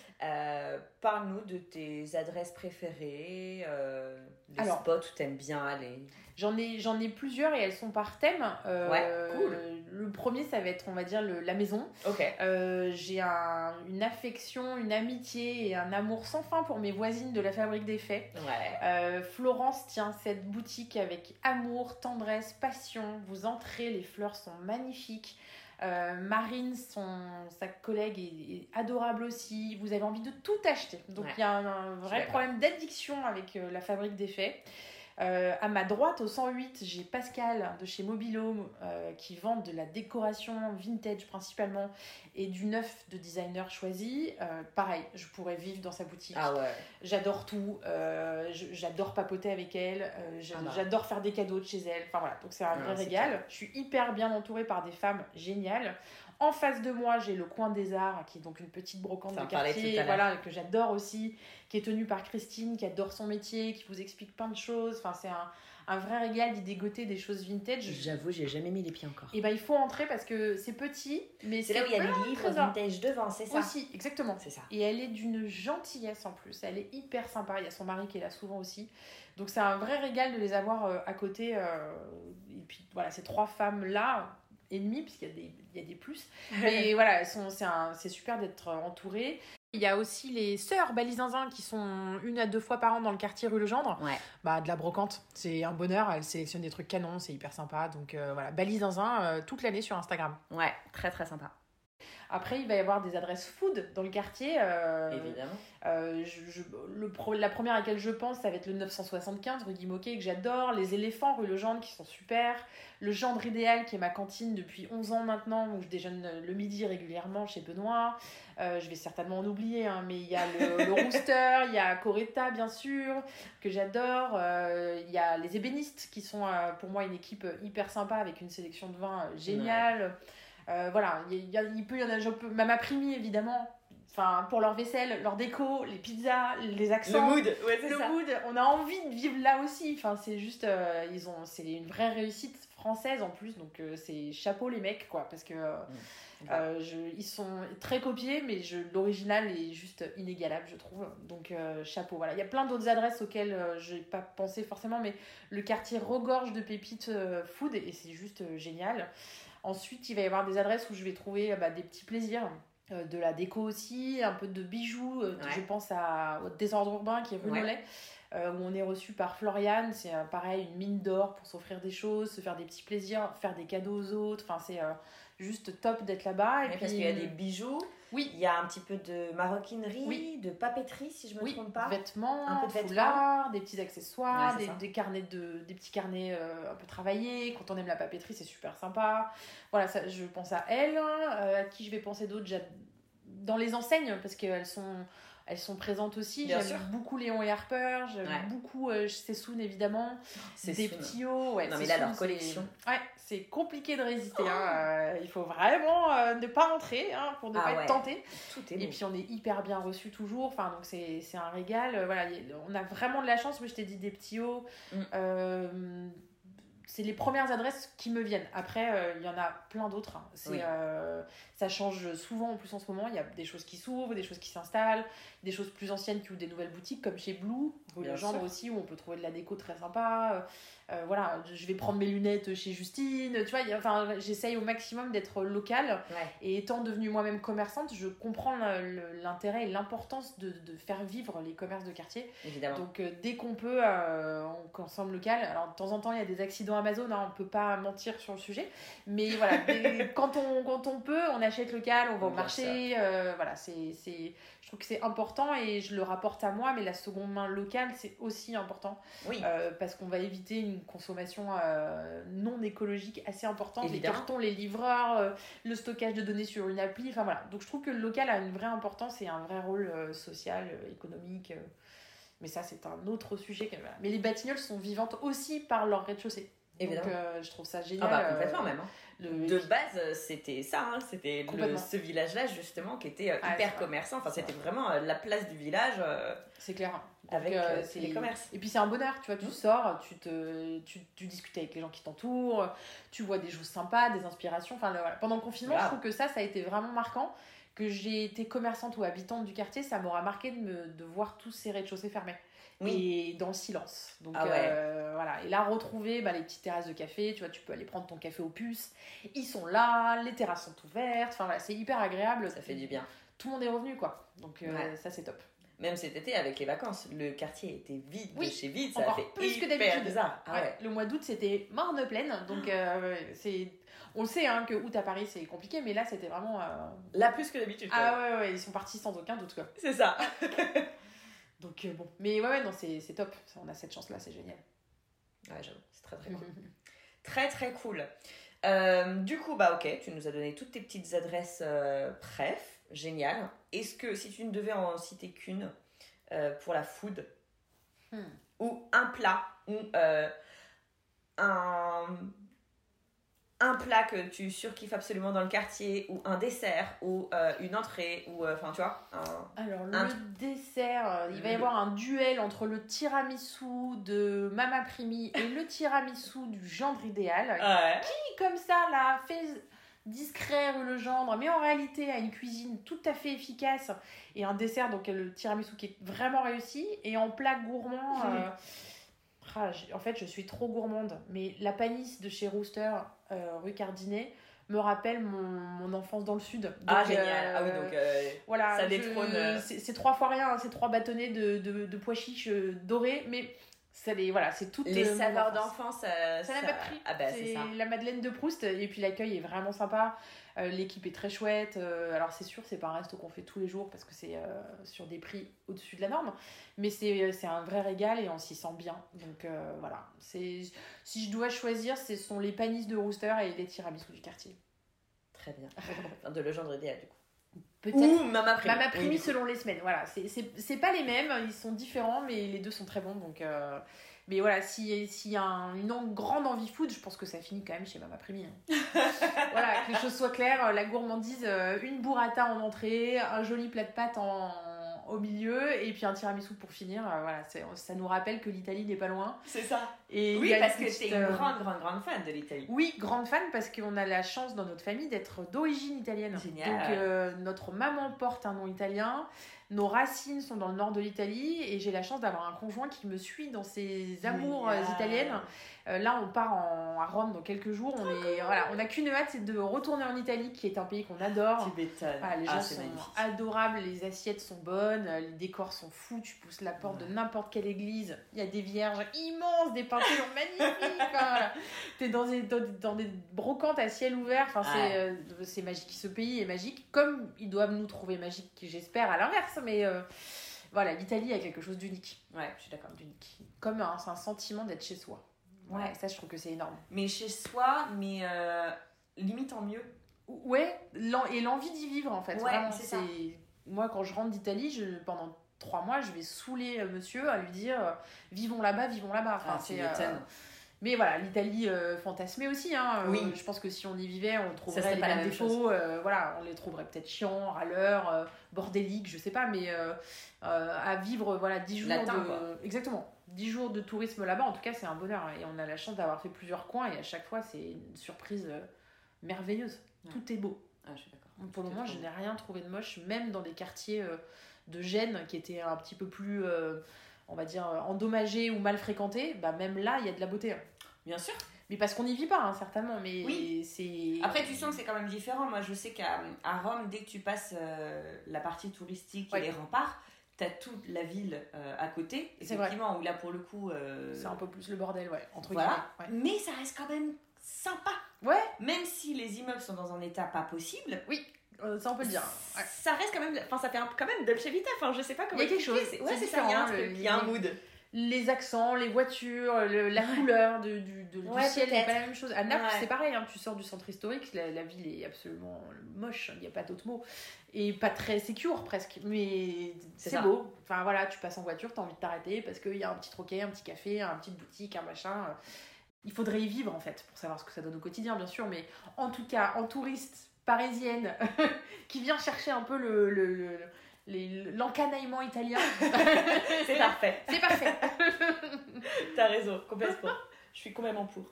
euh, Parle-nous de tes adresses préférées, euh, les Alors, spots où t'aimes bien aller. J'en ai, j'en ai plusieurs et elles sont par thème. Euh, ouais, cool. Le premier, ça va être, on va dire, le, la maison. Ok. Euh, j'ai un, une affection, une amitié et un amour sans fin pour mes voisines de la Fabrique des Faits. Ouais. Euh, Florence tient cette boutique avec amour, tendresse, passion. Vous entrez, les fleurs sont magnifiques. Euh, Marine, son, sa collègue, est, est adorable aussi. Vous avez envie de tout acheter. Donc, il ouais. y a un, un vrai problème d'addiction avec euh, la Fabrique des Faits. Euh, à ma droite, au cent huit, j'ai Pascal de chez Mobilhome euh, qui vend de la décoration vintage principalement et du neuf de designer choisi. Euh, pareil, je pourrais vivre dans sa boutique. Ah ouais. J'adore tout. Euh, j'adore papoter avec elle. Euh, ah bah. J'adore faire des cadeaux de chez elle. Enfin voilà, donc c'est un vrai ah, régal. Clair. Je suis hyper bien entourée par des femmes géniales. En face de moi, j'ai le Coin des Arts, qui est donc une petite brocante de quartier, voilà, que j'adore aussi, qui est tenue par Christine, qui adore son métier, qui vous explique plein de choses. Enfin, c'est un, un vrai régal d'y dégoter des choses vintage. J'avoue, j'ai jamais mis les pieds encore. Et ben, il faut entrer parce que c'est petit, mais c'est, c'est là où il y a les livres vintage devant, c'est ça. Aussi, exactement. C'est ça. Et elle est d'une gentillesse en plus. Elle est hyper sympa. Il y a son mari qui est là souvent aussi. Donc, c'est un vrai régal de les avoir euh, à côté. Euh, et puis, voilà, ces trois femmes-là. Ennemis, puisqu'il y a des, il y a des plus. Mais voilà, elles sont, c'est, un, c'est super d'être entourées. Il y a aussi les sœurs Balizinzin qui sont une à deux fois par an dans le quartier rue Legendre. Ouais. Bah, de la brocante. C'est un bonheur. Elles sélectionnent des trucs canons. C'est hyper sympa. Donc euh, voilà, Balizinzin euh, toute l'année sur Instagram. Ouais, très très sympa. Après, il va y avoir des adresses food dans le quartier. Euh, Évidemment. Euh, je, je, le pro, la première à laquelle je pense, ça va être le neuf cent soixante-quinze rue Guy Moquet, que j'adore. Les éléphants rue Legendre, qui sont super. Le Gendre Idéal, qui est ma cantine depuis onze ans maintenant, où je déjeune le midi régulièrement chez Benoît. Euh, je vais certainement en oublier, hein, mais il y a le, le Rooster, il y a Coretta, bien sûr, que j'adore. Euh, il y a les ébénistes, qui sont euh, pour moi une équipe hyper sympa, avec une sélection de vins géniale. Ouais. Euh, voilà, il, y a, il peut y en a, je peux, Mama Primi évidemment, enfin pour leur vaisselle, leur déco, les pizzas, les accents, le mood, ouais, c'est le ça. mood, on a envie de vivre là aussi. Enfin c'est juste, euh, ils ont, c'est une vraie réussite française en plus, donc euh, c'est chapeau les mecs quoi, parce que euh, mmh. euh, je, ils sont très copiés, mais je, l'original est juste inégalable je trouve. Donc euh, chapeau. Voilà, il y a plein d'autres adresses auxquelles euh, j'ai pas pensé forcément, mais le quartier regorge de pépites euh, food et c'est juste euh, génial. Ensuite, il va y avoir des adresses où je vais trouver bah, des petits plaisirs, euh, de la déco aussi, un peu de bijoux. Euh, ouais. Je pense à, au Désordre Urbain qui est rue ouais. Nollet, euh, où on est reçu par Floriane. C'est euh, pareil, une mine d'or pour s'offrir des choses, se faire des petits plaisirs, faire des cadeaux aux autres. Enfin, c'est euh, juste top d'être là-bas. Et oui, puis, parce qu'il y a des bijoux. Oui. Il y a un petit peu de maroquinerie, oui. de papeterie, si je me oui. trompe pas. Vêtements, un peu de vêtements, foulards, des petits accessoires, ouais, des, des, carnets de, des petits carnets euh, un peu travaillés. Quand on aime la papeterie, c'est super sympa. Voilà, ça, je pense à elle. Euh, à qui je vais penser d'autres? Dans les enseignes, parce qu'elles sont... Elles sont présentes aussi. Bien j'aime sûr. beaucoup Léon et Harper. J'aime ouais. beaucoup euh, Sessoun, évidemment. Sessoun. Des petits hauts. Ouais, non, mais Sessoun, là, leur collection. C'est... Ouais, c'est compliqué de résister. Oh. Hein. Euh, il faut vraiment euh, ne pas entrer hein, pour ne ah, pas ouais. être tenté. Tout est et bon. puis, on est hyper bien reçus toujours. Enfin, donc, c'est, c'est un régal. Euh, voilà, on a vraiment de la chance. Moi, je t'ai dit des petits hauts. Mm. Euh, c'est les premières adresses qui me viennent. Après, il euh, y en a plein d'autres. Hein. C'est, oui. euh, ça change souvent, en plus en ce moment. Il y a des choses qui s'ouvrent, des choses qui s'installent, des choses plus anciennes qui ouvrent des nouvelles boutiques, comme chez Blue, rue Legendre aussi, où on peut trouver de la déco très sympa. Euh, voilà, je vais prendre mes lunettes chez Justine. Tu vois, y a, enfin, j'essaye au maximum d'être locale. Ouais. Et étant devenue moi-même commerçante, je comprends le, le, l'intérêt et l'importance de, de faire vivre les commerces de quartier. Évidemment. Donc, euh, dès qu'on peut, euh, on consomme local. Alors, de temps en temps, il y a des accidents Amazon, hein, on ne peut pas mentir sur le sujet. Mais voilà, des, quand, on, quand on peut, on achète local, on va au marché. Euh, voilà, c'est, c'est, je trouve que c'est important et je le rapporte à moi, mais la seconde main locale, c'est aussi important. Oui. Euh, parce qu'on va éviter une consommation euh, non écologique assez importante. Évidemment. Les cartons, les livreurs, euh, le stockage de données sur une appli. Enfin voilà. Donc je trouve que le local a une vraie importance et un vrai rôle euh, social, euh, économique. Euh, mais ça, c'est un autre sujet. Que, voilà. Mais les Batignolles sont vivantes aussi par leur rez-de-chaussée. Évidemment. Donc euh, je trouve ça génial. Ah bah complètement euh, même. Hein. Le... De base, c'était ça. Hein. C'était le, ce village-là justement qui était euh, ah, hyper commerçant. Enfin, c'était vraiment euh, la place du village. Euh, c'est clair. Donc, avec euh, c'est... les commerces. Et puis c'est un bonheur, tu vois, tu mmh. sors, tu, te, tu, tu discutes avec les gens qui t'entourent, tu vois des choses sympas, des inspirations. Enfin, le, voilà. Pendant le confinement, wow. je trouve que ça, ça a été vraiment marquant. Que j'ai été commerçante ou habitante du quartier, ça m'aura marqué de, me, de voir tous ces rez-de-chaussée fermés. Oui. Et dans le silence. Donc, ah ouais. euh, voilà. Et là, retrouver bah, les petites terrasses de café, tu vois, tu peux aller prendre ton café aux puces. Ils sont là, les terrasses sont ouvertes. Enfin, voilà, c'est hyper agréable. Ça fait du bien. Tout le monde est revenu, quoi. Donc, euh, ouais. ça, c'est top. Même cet été, avec les vacances, le quartier était vide oui, de chez vide. Ça encore a fait plus hyper que d'habitude. Bizarre. Ah ouais. Ouais. Le mois d'août, c'était morne pleine. Donc, euh, c'est... on le sait hein, que août à Paris, c'est compliqué. Mais là, c'était vraiment... Euh... Là, plus que d'habitude. Ah quoi. ouais, ouais, ils sont partis sans aucun doute, quoi. C'est ça. Donc, euh, bon. Mais ouais, ouais, non, c'est, c'est top. On a cette chance-là, c'est génial. Ouais, j'avoue. C'est très, très cool. Très, très cool. Euh, du coup, bah ok, tu nous as donné toutes tes petites adresses euh, bref. Génial. Est-ce que, si tu ne devais en citer qu'une euh, pour la food, hmm. ou un plat, ou euh, un... un plat que tu surkiffes absolument dans le quartier, ou un dessert, ou euh, une entrée, ou enfin euh, tu vois un... Alors un... le dessert, il va y avoir un duel entre le tiramisu de Mama Primi et le tiramisu du Gendre Idéal, ouais. qui comme ça là fait discret rue Le Gendre, mais en réalité a une cuisine tout à fait efficace et un dessert, donc le tiramisu qui est vraiment réussi, et en plat gourmand... Mmh. Euh... Ah, en fait, je suis trop gourmande, mais la panisse de chez Rooster, euh, rue Cardinet, me rappelle mon, mon enfance dans le sud. Donc, ah, génial. Euh, ah oui, donc euh, voilà, ça détrône. Je, c'est, c'est trois fois rien, hein, c'est trois bâtonnets de, de, de pois chiches euh, dorés, mais ça les, voilà, c'est toutes les euh, saveurs d'enfance. Euh, ça n'a pas de prix. Ah bah, c'est, c'est ça. La Madeleine de Proust, et puis l'accueil est vraiment sympa. Euh, l'équipe est très chouette. Euh, alors, c'est sûr, c'est pas un resto qu'on fait tous les jours parce que c'est euh, sur des prix au-dessus de la norme, mais c'est, c'est un vrai régal et on s'y sent bien. Donc, euh, voilà. C'est, si je dois choisir, ce sont les panisses de Rooster et les tiramisu du quartier. Très bien. Enfin, de Le Gendre Idéal, du coup. Peut-être. Ou Mama Primi. Mama Primi, oui, selon les semaines. Voilà. C'est, c'est, c'est pas les mêmes, ils sont différents, mais les deux sont très bons. Donc, euh... mais voilà, s'il si y a un, une grande envie food, je pense que ça finit quand même chez Mama Primi. Hein. Voilà, que les choses soient claires, la gourmandise, une burrata en entrée, un joli plat de pâtes en, au milieu, et puis un tiramisu pour finir. Voilà, c'est, ça nous rappelle que l'Italie n'est pas loin. C'est ça. Et oui, parce que t'es une grande, grande, grande fan de l'Italie. Oui, grande fan, parce qu'on a la chance dans notre famille d'être d'origine italienne. Génial. Donc, euh, notre maman porte un nom italien. Nos racines sont dans le nord de l'Italie et j'ai la chance d'avoir un conjoint qui me suit dans ses amours Génial. euh, italiennes. Euh, là, on part en, à Rome dans quelques jours. On est, voilà, on n'a qu'une hâte, c'est de retourner en Italie, qui est un pays qu'on adore. Tu m'étonnes. Voilà, les gens Ah, c'est sont magnifique. adorables, les assiettes sont bonnes, les décors sont fous. Tu pousses la porte Ouais. de n'importe quelle église, il y a des vierges immenses, des peintures magnifiques. Enfin, voilà. T'es dans des, dans, des- dans des brocantes à ciel ouvert. Enfin, c'est, Ouais. euh, c'est magique. Ce pays est magique, comme ils doivent nous trouver magique, j'espère, à l'inverse. Mais euh, voilà, l'Italie a quelque chose d'unique. Ouais, je suis d'accord. d'unique. Comme un, c'est un sentiment d'être chez soi. Ouais, Ouais. ça, je trouve que c'est énorme. Mais chez soi, mais euh, limite en mieux. Ouais, l'en- et l'envie d'y vivre en fait. Ouais, Vraiment, c'est ça. Moi, quand je rentre d'Italie, je... pendant trois mois, je vais saouler euh, monsieur à lui dire euh, vivons là-bas, vivons là-bas. Enfin, Ah, tu c'est, euh, m'étonnes. Mais voilà, l'Italie euh, fantasmée aussi. Hein. Euh, Oui. Je pense que si on y vivait, on Ça trouverait serait les pas la mêmes même défauts. euh, voilà, on les trouverait peut-être chiants, râleurs, euh, bordéliques, je sais pas, mais euh, euh, à vivre voilà dix jours Latin, de quoi. exactement dix jours de tourisme là-bas. En tout cas, c'est un bonheur et on a la chance d'avoir fait plusieurs coins et à chaque fois, c'est une surprise euh, merveilleuse. Ouais. Tout est beau. Ah, je suis d'accord. Pour le C'est moment, trop je beau. n'ai rien trouvé de moche, même dans des quartiers euh, de Gênes qui étaient un petit peu plus, euh, on va dire, euh, endommagés ou mal fréquentés. Bah, même là, il y a de la beauté. Bien sûr. Mais parce qu'on n'y vit pas, hein, certainement. Mais Oui. c'est. Après, tu sens que c'est quand même différent. Moi, je sais qu'à à Rome, dès que tu passes euh, la partie touristique Ouais. et les remparts, t'as toute la ville euh, à côté. C'est vrai. Effectivement, où là, pour le coup. euh, C'est un peu plus le bordel, ouais. Entre Voilà. guillemets. Mais ça reste quand même sympa. Ouais, Même si les immeubles sont dans un état pas possible. ouais. Euh, ça, on peut le dire. Ouais. Ça reste quand même. Enfin, ça fait un, quand même Dolce Vita. Enfin, je sais pas comment. Il y a quelque expliquer. chose, C'est- c'est Ouais, c'est ça. Il y a un différent, truc. le- Il y a un mood. Les accents, les voitures, le- la couleur de, du, de- du Ouais, ciel n'est peut-être. pas la même chose. À Naples, Ouais. c'est pareil, hein, tu sors du centre historique, la, la ville est absolument moche, il n'y a pas d'autre mot. Et pas très sécure presque, mais C'est c'est ça. beau. Enfin voilà, tu passes en voiture, tu as envie de t'arrêter parce qu'il y a un petit troquet, un petit café, une petite boutique, un machin. Il faudrait y vivre en fait pour savoir ce que ça donne au quotidien, bien sûr, mais en tout cas, en touriste parisienne qui vient chercher un peu le. le, le les- l'encanaillement italien. C'est parfait. C'est parfait. T'as raison, complètement. Je suis complètement pour.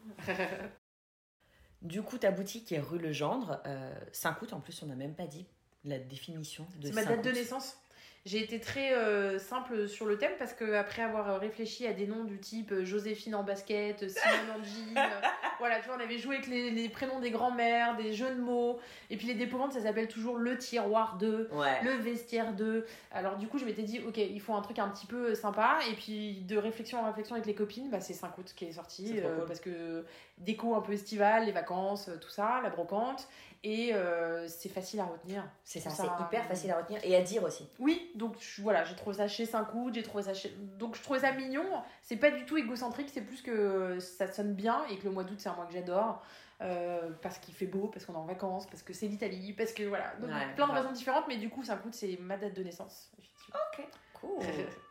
Du coup, ta boutique est rue Legendre, euh, Saint-Cout. En plus, on n'a même pas dit la définition de C'est ma date de Saint-Cout. naissance. J'ai été très euh, simple sur le thème parce que après avoir réfléchi à des noms du type euh, Joséphine en basket, Simone en jean, euh, voilà, tu vois, on avait joué avec les, les prénoms des grands-mères, des jeux de mots, et puis les dépôtantes, ça s'appelle toujours le tiroir de, Ouais. le vestiaire de. Alors du coup, je m'étais dit, ok, il faut un truc un petit peu sympa, et puis de réflexion en réflexion avec les copines, bah, c'est Saint-Cout qui est sorti, C'est trop euh, cool. parce que déco un peu estivale, les vacances, euh, tout ça, la brocante, et euh, c'est facile à retenir. C'est ça, Ça- c'est hyper facile à retenir et à dire aussi. Oui, donc je- voilà, j'ai trouvé ça chez Saint-Coud, j'ai trouvé ça chez... Donc je trouvais ça mignon, c'est pas du tout égocentrique, c'est plus que ça sonne bien et que le mois d'août c'est un mois que j'adore, euh, parce qu'il fait beau, parce qu'on est en vacances, parce que c'est l'Italie, parce que voilà, donc Ouais, plein de grave. raisons différentes, mais du coup Saint-Coud c'est ma date de naissance, effectivement. Ok, cool.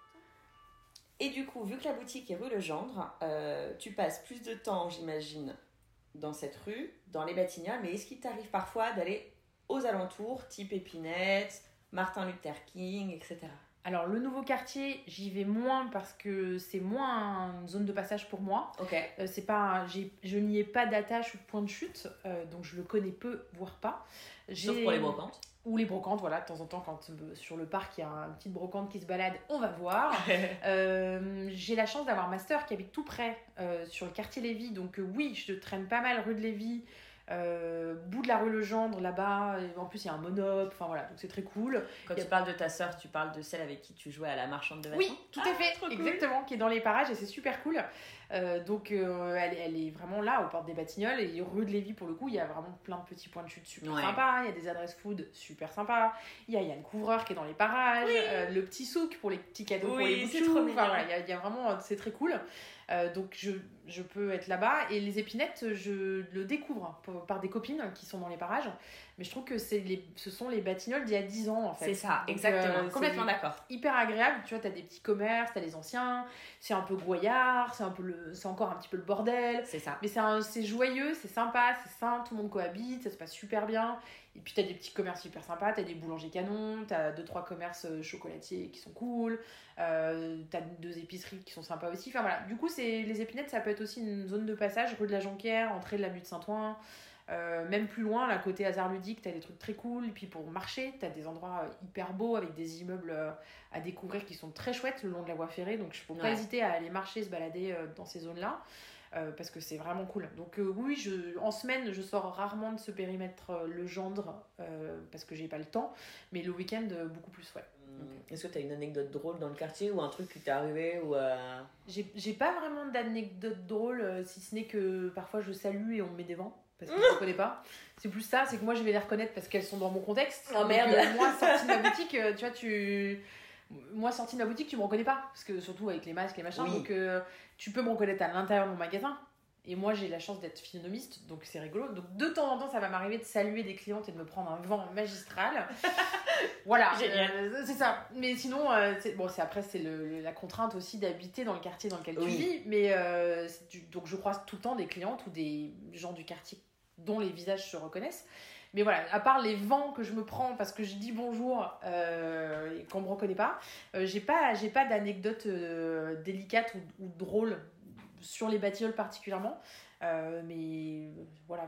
Et du coup, vu que la boutique est rue Legendre, euh, tu passes plus de temps, j'imagine, dans cette rue, dans les Batignolles, mais est-ce qu'il t'arrive parfois d'aller aux alentours, type Épinette, Martin Luther King, et cetera. Alors le nouveau quartier, j'y vais moins parce que c'est moins une zone de passage pour moi. Ok. Euh, c'est pas, j'ai, je n'y ai pas d'attache ou de point de chute, euh, donc je le connais peu, voire pas. Sauf J'ai- pour les brocantes. Ou les brocantes, voilà, de temps en temps, quand euh, sur le parc il y a une petite brocante qui se balade, on va voir. Euh, j'ai la chance d'avoir ma sœur qui habite tout près, euh, sur le quartier Lévy, donc euh, oui, je traîne pas mal rue de Lévy, euh, bout de la rue Legendre là-bas, et en plus il y a un monop, enfin voilà, donc c'est très cool. Quand Y a- tu parles de ta sœur, tu parles de celle avec qui tu jouais à la marchande de vêtements. Oui, tout à fait, trop cool. exactement, qui est dans les parages et c'est super cool. Euh, donc euh, elle, elle est vraiment là, aux portes des Batignolles, et rue de Lévy pour le coup, il y a vraiment plein de petits points de chute super Ouais. sympas, il y a des adresses food super sympas, il y a Yann Couvreur qui est dans les parages, euh, le petit souk pour les petits cadeaux pour Oui, les c'est bouchous, trop mignon. enfin voilà, il y a, il y a vraiment, c'est très cool. Euh, donc je, je peux être là-bas, et les épinettes, je le découvre pour- par des copines qui sont dans les parages, mais je trouve que c'est les, ce sont les Batignolles d'il y a dix ans en fait. C'est ça, Donc, exactement. euh, Complètement c'est- d'accord. hyper agréable, tu vois, t'as des petits commerces, t'as les anciens, c'est un peu goyard, c'est un peu le, c'est encore un petit peu le bordel, C'est ça. mais c'est, un- c'est joyeux, c'est sympa, c'est sain, tout le monde cohabite, ça se passe super bien, et puis t'as des petits commerces super sympas, t'as des boulangers canons, t'as deux trois commerces euh, chocolatiers qui sont cool, euh, t'as deux épiceries qui sont sympas aussi, enfin voilà, du coup c'est, les épinettes ça peut être aussi une zone de passage, rue de la Jonquière, entrée de la butte Saint-Ouen. Euh, même plus loin, là, côté hasard ludique, tu as des trucs très cool. Et puis pour marcher, tu as des endroits hyper beaux avec des immeubles euh, à découvrir qui sont très chouettes le long de la voie ferrée. Donc, je ne faut pas Ouais. hésiter à aller marcher, se balader euh, dans ces zones-là. Euh, parce que c'est vraiment cool. Donc euh, oui, je, en semaine, je sors rarement de ce périmètre euh, le gendre euh, parce que j'ai pas le temps, mais le week-end, euh, beaucoup plus, ouais. Mmh. Est-ce que tu as une anecdote drôle dans le quartier ou un truc qui t'est arrivé ou euh... j'ai, j'ai pas vraiment d'anecdote drôle, euh, si ce n'est que parfois je salue et on me met des vents. Parce que je ne connais pas. C'est plus ça, c'est que moi je vais les reconnaître parce qu'elles sont dans mon contexte. Oh merde. Donc, euh, moi, sortie de ma boutique, euh, tu vois, tu. Moi, sortie de ma boutique, tu me reconnais pas. Parce que surtout avec les masques, les machins. Oui. Donc, euh, tu peux me reconnaître à l'intérieur de mon magasin. Et moi, j'ai la chance d'être physionomiste, donc c'est rigolo. Donc, de temps en temps, ça va m'arriver de saluer des clientes et de me prendre un vent magistral. Voilà. Génial. Euh, c'est ça. Mais sinon, euh, c'est... bon, c'est, après, c'est le, le- la contrainte aussi d'habiter dans le quartier dans lequel tu Oui. vis. Mais euh, c'est du- donc, je croise tout le temps des clientes ou des gens du quartier dont les visages se reconnaissent. Mais voilà, à part les vents que je me prends parce que je dis bonjour euh, et qu'on me reconnaît pas, euh, j'ai pas, j'ai pas d'anecdote euh, délicate ou, ou drôle sur les Batignolles particulièrement. Euh, mais euh, voilà.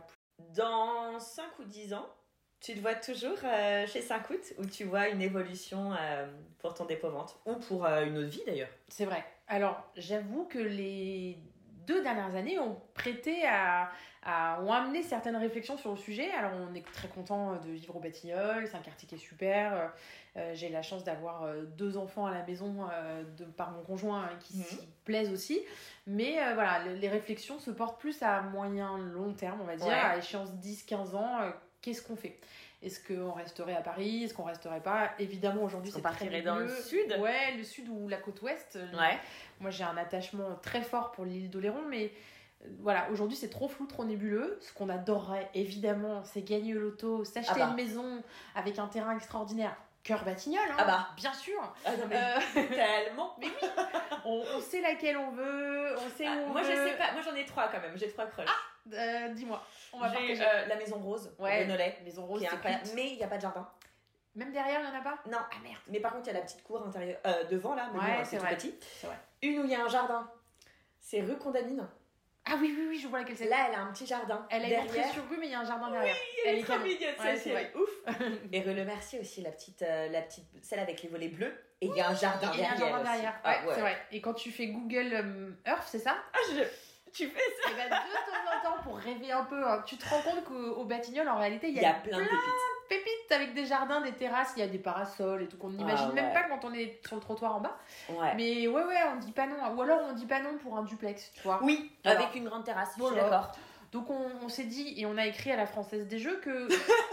Dans cinq ou dix ans, tu te vois toujours euh, chez cinq août ou tu vois une évolution euh, pour ton dépôt-vente ou pour euh, une autre vie d'ailleurs? C'est vrai. Alors, j'avoue que les deux dernières années ont prêté à, à ont amené certaines réflexions sur le sujet. Alors, on est très content de vivre au Batignolles, c'est un quartier qui est super. Euh, j'ai la chance d'avoir euh, deux enfants à la maison euh, de, par mon conjoint hein, qui Mhm. s'y plaisent aussi. Mais euh, voilà, les, les réflexions se portent plus à moyen long terme, on va dire, Ouais. à échéance dix quinze ans. euh, qu'est-ce qu'on fait? Est-ce qu'on resterait à Paris? Est-ce qu'on resterait pas? Évidemment, aujourd'hui, Est-ce c'est qu'on très partirait dans le nébuleux. sud? Ouais, le sud ou la côte ouest. Ouais. Moi, j'ai un attachement très fort pour l'île d'Oléron, mais euh, voilà, aujourd'hui, c'est trop flou, trop nébuleux. Ce qu'on adorerait, évidemment, c'est gagner au loto, s'acheter Ah bah. une maison avec un terrain extraordinaire. Cœur Batignolles, hein, Ah bah. bien sûr. Ah non mais Euh, tellement. mais oui, on, on sait laquelle on veut, on sait Ah, où on moi je veut. sais pas, moi j'en ai trois quand même, j'ai trois crushs. Euh, dis-moi, on va J'ai partager. euh, la maison rose, Ouais, Renolais, Maison Rose, qui est c'est incroyable, culte. mais il n'y a pas de jardin. Même derrière, il n'y en a pas? Non, ah merde. Mais par contre, il y a la petite cour intérieure euh, devant là, mais Ouais, bon, c'est c'est tout vrai. petit. C'est vrai. Une où il y a un jardin, c'est rue Condamine. Ah oui, oui, oui, je vois laquelle c'est. Là, elle a un petit jardin. Elle a une derrière. entrée sur rue, mais il y a un jardin derrière. Elle est trop canon. mignonne, Ouais, celle-ci, c'est elle vrai. est ouf. Et rue Le Mercier aussi, la petite, euh, la petite, celle avec les volets bleus. Et il y a un jardin Et il y a un derrière. jardin aussi. derrière. Ah, Ouais, c'est vrai. Et quand tu fais Google euh, Earth, c'est ça? Ah, je... tu fais ça. Et ben, de temps en temps, pour rêver un peu, hein, tu te rends compte qu'au au Batignolles, en réalité, il Il y a, plein de pépites. pépites avec des jardins, des terrasses, il y a des parasols et tout qu'on n'imagine Ah, même ouais. pas quand on est sur le trottoir en bas. Ouais. Mais ouais, ouais, on dit pas non. Ou alors on dit pas non pour un duplex, tu vois. Oui, Voilà. avec une grande terrasse, je suis Voilà. d'accord. Donc on, on s'est dit, et on a écrit à la Française des Jeux que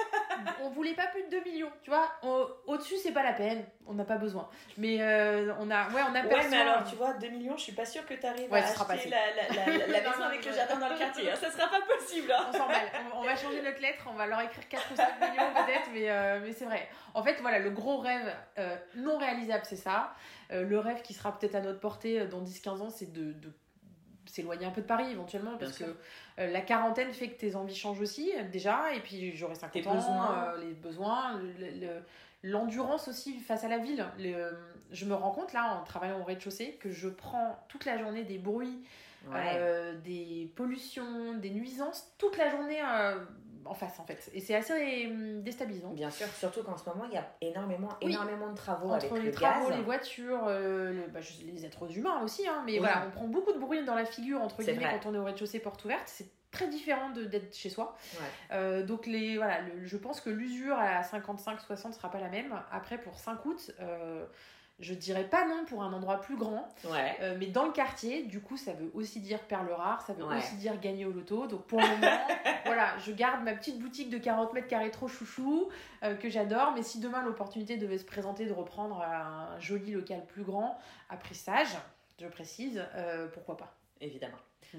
on voulait pas plus de deux millions, tu vois. On- au-dessus, c'est pas la peine, on n'a pas besoin. Mais euh, on a, ouais, on a Ouais, mais alors, tu vois, deux millions, je suis pas sûre que tu arrives Ouais, à ce sera acheter pas la, la, la, la, la Non, maison non, avec non, le non. jardin dans le quartier. Hein. Ça sera pas possible. Hein. On s'emballe. On, on va changer notre lettre, on va leur écrire quatre ou cinq millions peut-être, mais, euh, mais c'est vrai. En fait, voilà, le gros rêve euh, non réalisable, c'est ça. Euh, le rêve qui sera peut-être à notre portée euh, dans dix quinze ans, c'est de, de s'éloigner un peu de Paris éventuellement, parce Bien que sûr. euh, la quarantaine fait que tes envies changent aussi, euh, déjà, et puis j'aurai cinquante Tes ans, besoins. euh, les besoins, le- le- l'endurance aussi face à la ville. Le- je me rends compte là, en travaillant au rez-de-chaussée, que je prends toute la journée des bruits, Ouais. euh, des pollutions, des nuisances, toute la journée euh, en face en fait. Et c'est assez euh, déstabilisant. Bien sûr, surtout qu'en ce moment, il y a énormément, Oui. énormément de travaux Entre avec les le travaux, gaz. les voitures, euh, le- bah, je- les êtres humains aussi, hein, mais Oui. voilà, on prend beaucoup de bruit dans la figure entre C'est guillemets vrai. quand on est au rez-de-chaussée porte ouverte. C'est très différent de, d'être chez soi. Ouais. Euh, donc les, voilà, le- je pense que l'usure à cinquante-cinq soixante sera pas la même. Après pour cinq août, euh, je dirais pas non pour un endroit plus grand. Ouais. Euh, mais dans le quartier, du coup, ça veut aussi dire perles rares, ça veut Ouais. aussi dire gagner au loto. Donc pour le moment, voilà, je garde ma petite boutique de quarante mètres carrés trop chouchou, euh, que j'adore. Mais si demain l'opportunité devait se présenter de reprendre un joli local plus grand, à prix sage, je précise, euh, pourquoi pas. Évidemment.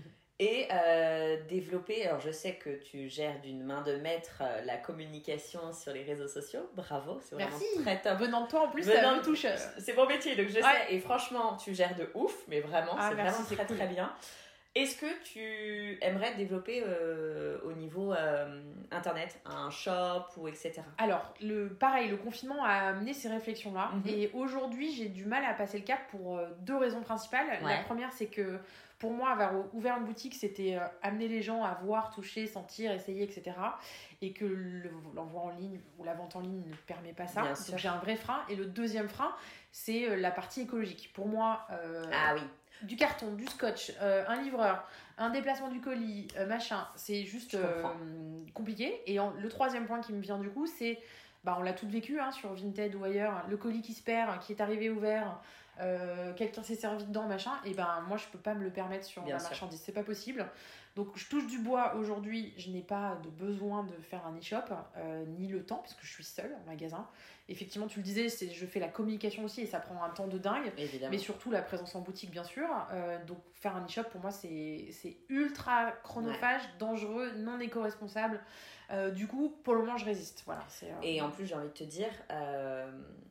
Et euh, développer, alors je sais que tu gères d'une main de maître euh, la communication sur les réseaux sociaux, bravo, c'est vraiment Merci. très top. Venant de toi en plus, Venant ça de- me touche. euh. C'est mon métier, donc je Ouais. sais, et franchement, tu gères de ouf, mais vraiment, Ah, c'est merci, vraiment c'est très cool. très bien. Est-ce que tu aimerais développer euh, au niveau euh, internet un shop ou et cetera. Alors, le, pareil, le confinement a amené ces réflexions-là. Mhm. Et aujourd'hui, j'ai du mal à passer le cap pour euh, deux raisons principales. Ouais. La première, c'est que pour moi, avoir ouvert une boutique, c'était euh, amener les gens à voir, toucher, sentir, essayer, et cetera. Et que le, l'envoi en ligne ou la vente en ligne ne permet pas ça. Bien Donc sûr. j'ai un vrai frein. Et le deuxième frein, c'est euh, la partie écologique. Pour moi, euh, Ah oui. du carton, du scotch, euh, un livreur, un déplacement du colis, euh, machin, c'est juste Je comprends. euh, compliqué. Et en- le troisième point qui me vient du coup, c'est, bah, on l'a tout vécu hein, sur Vinted ou ailleurs, le colis qui se perd, qui est arrivé ouvert, euh, quelqu'un s'est servi dedans, machin, et ben moi je peux pas me le permettre sur Bien la sûr. marchandise, c'est pas possible. Donc je touche du bois aujourd'hui, je n'ai pas de besoin de faire un e-shop, euh, ni le temps, parce que je suis seule en magasin. Effectivement, tu le disais, c'est, je fais la communication aussi et ça prend un temps de dingue. Évidemment. Mais surtout la présence en boutique, bien sûr. Euh, donc, faire un e-shop, pour moi, c'est, c'est ultra chronophage, ouais. dangereux, non éco-responsable. Euh, du coup, pour le moment, je résiste. Voilà, c'est, euh... Et en plus, j'ai envie de te dire, euh,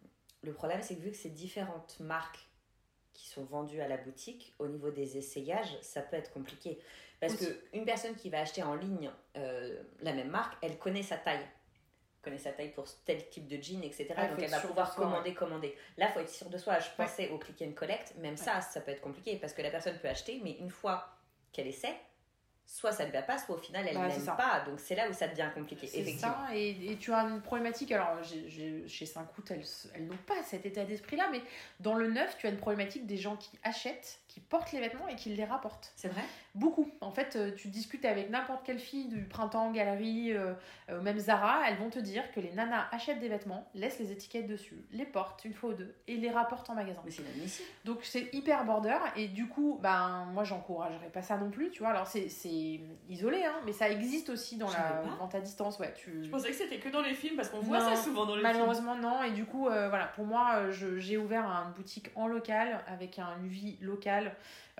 le problème, c'est que vu que c'est différentes marques qui sont vendues à la boutique, au niveau des essayages, ça peut être compliqué. Parce qu'une personne qui va acheter en ligne euh, la même marque, elle connaît sa taille. connaît sa taille pour tel type de jean, et cetera. Ah, donc elle va pouvoir soi, commander, ouais. commander. Là, il faut être sûr de soi. Je pensais ouais. au click and collect. Même ouais. ça, ça peut être compliqué parce que la personne peut acheter, mais une fois qu'elle essaie, soit ça ne va pas, soit au final elle bah, n'aime pas. Donc c'est là où ça devient compliqué. C'est effectivement. ça. Et, et tu as une problématique. Alors j'ai, j'ai, chez Saint-Cout, elles, elles n'ont pas cet état d'esprit-là, mais dans le neuf, tu as une problématique des gens qui achètent, qui portent les vêtements et qui les rapportent. C'est vrai ? Beaucoup. En fait, tu discutes avec n'importe quelle fille du printemps, galerie, euh, euh, même Zara, elles vont te dire que les nanas achètent des vêtements, laissent les étiquettes dessus, les portent une fois ou deux et les rapportent en magasin. Mais c'est inadmissible. Donc c'est hyper border et du coup, ben moi j'encouragerais pas ça non plus, tu vois. Alors c'est, c'est isolé, hein, mais ça existe aussi dans Je la vente à distance, ouais. Tu... Je pensais que c'était que dans les films parce qu'on voit non, ça souvent dans les malheureusement, films. Malheureusement non. Et du coup, euh, voilà, pour moi, je, j'ai ouvert une boutique en local avec un U V local.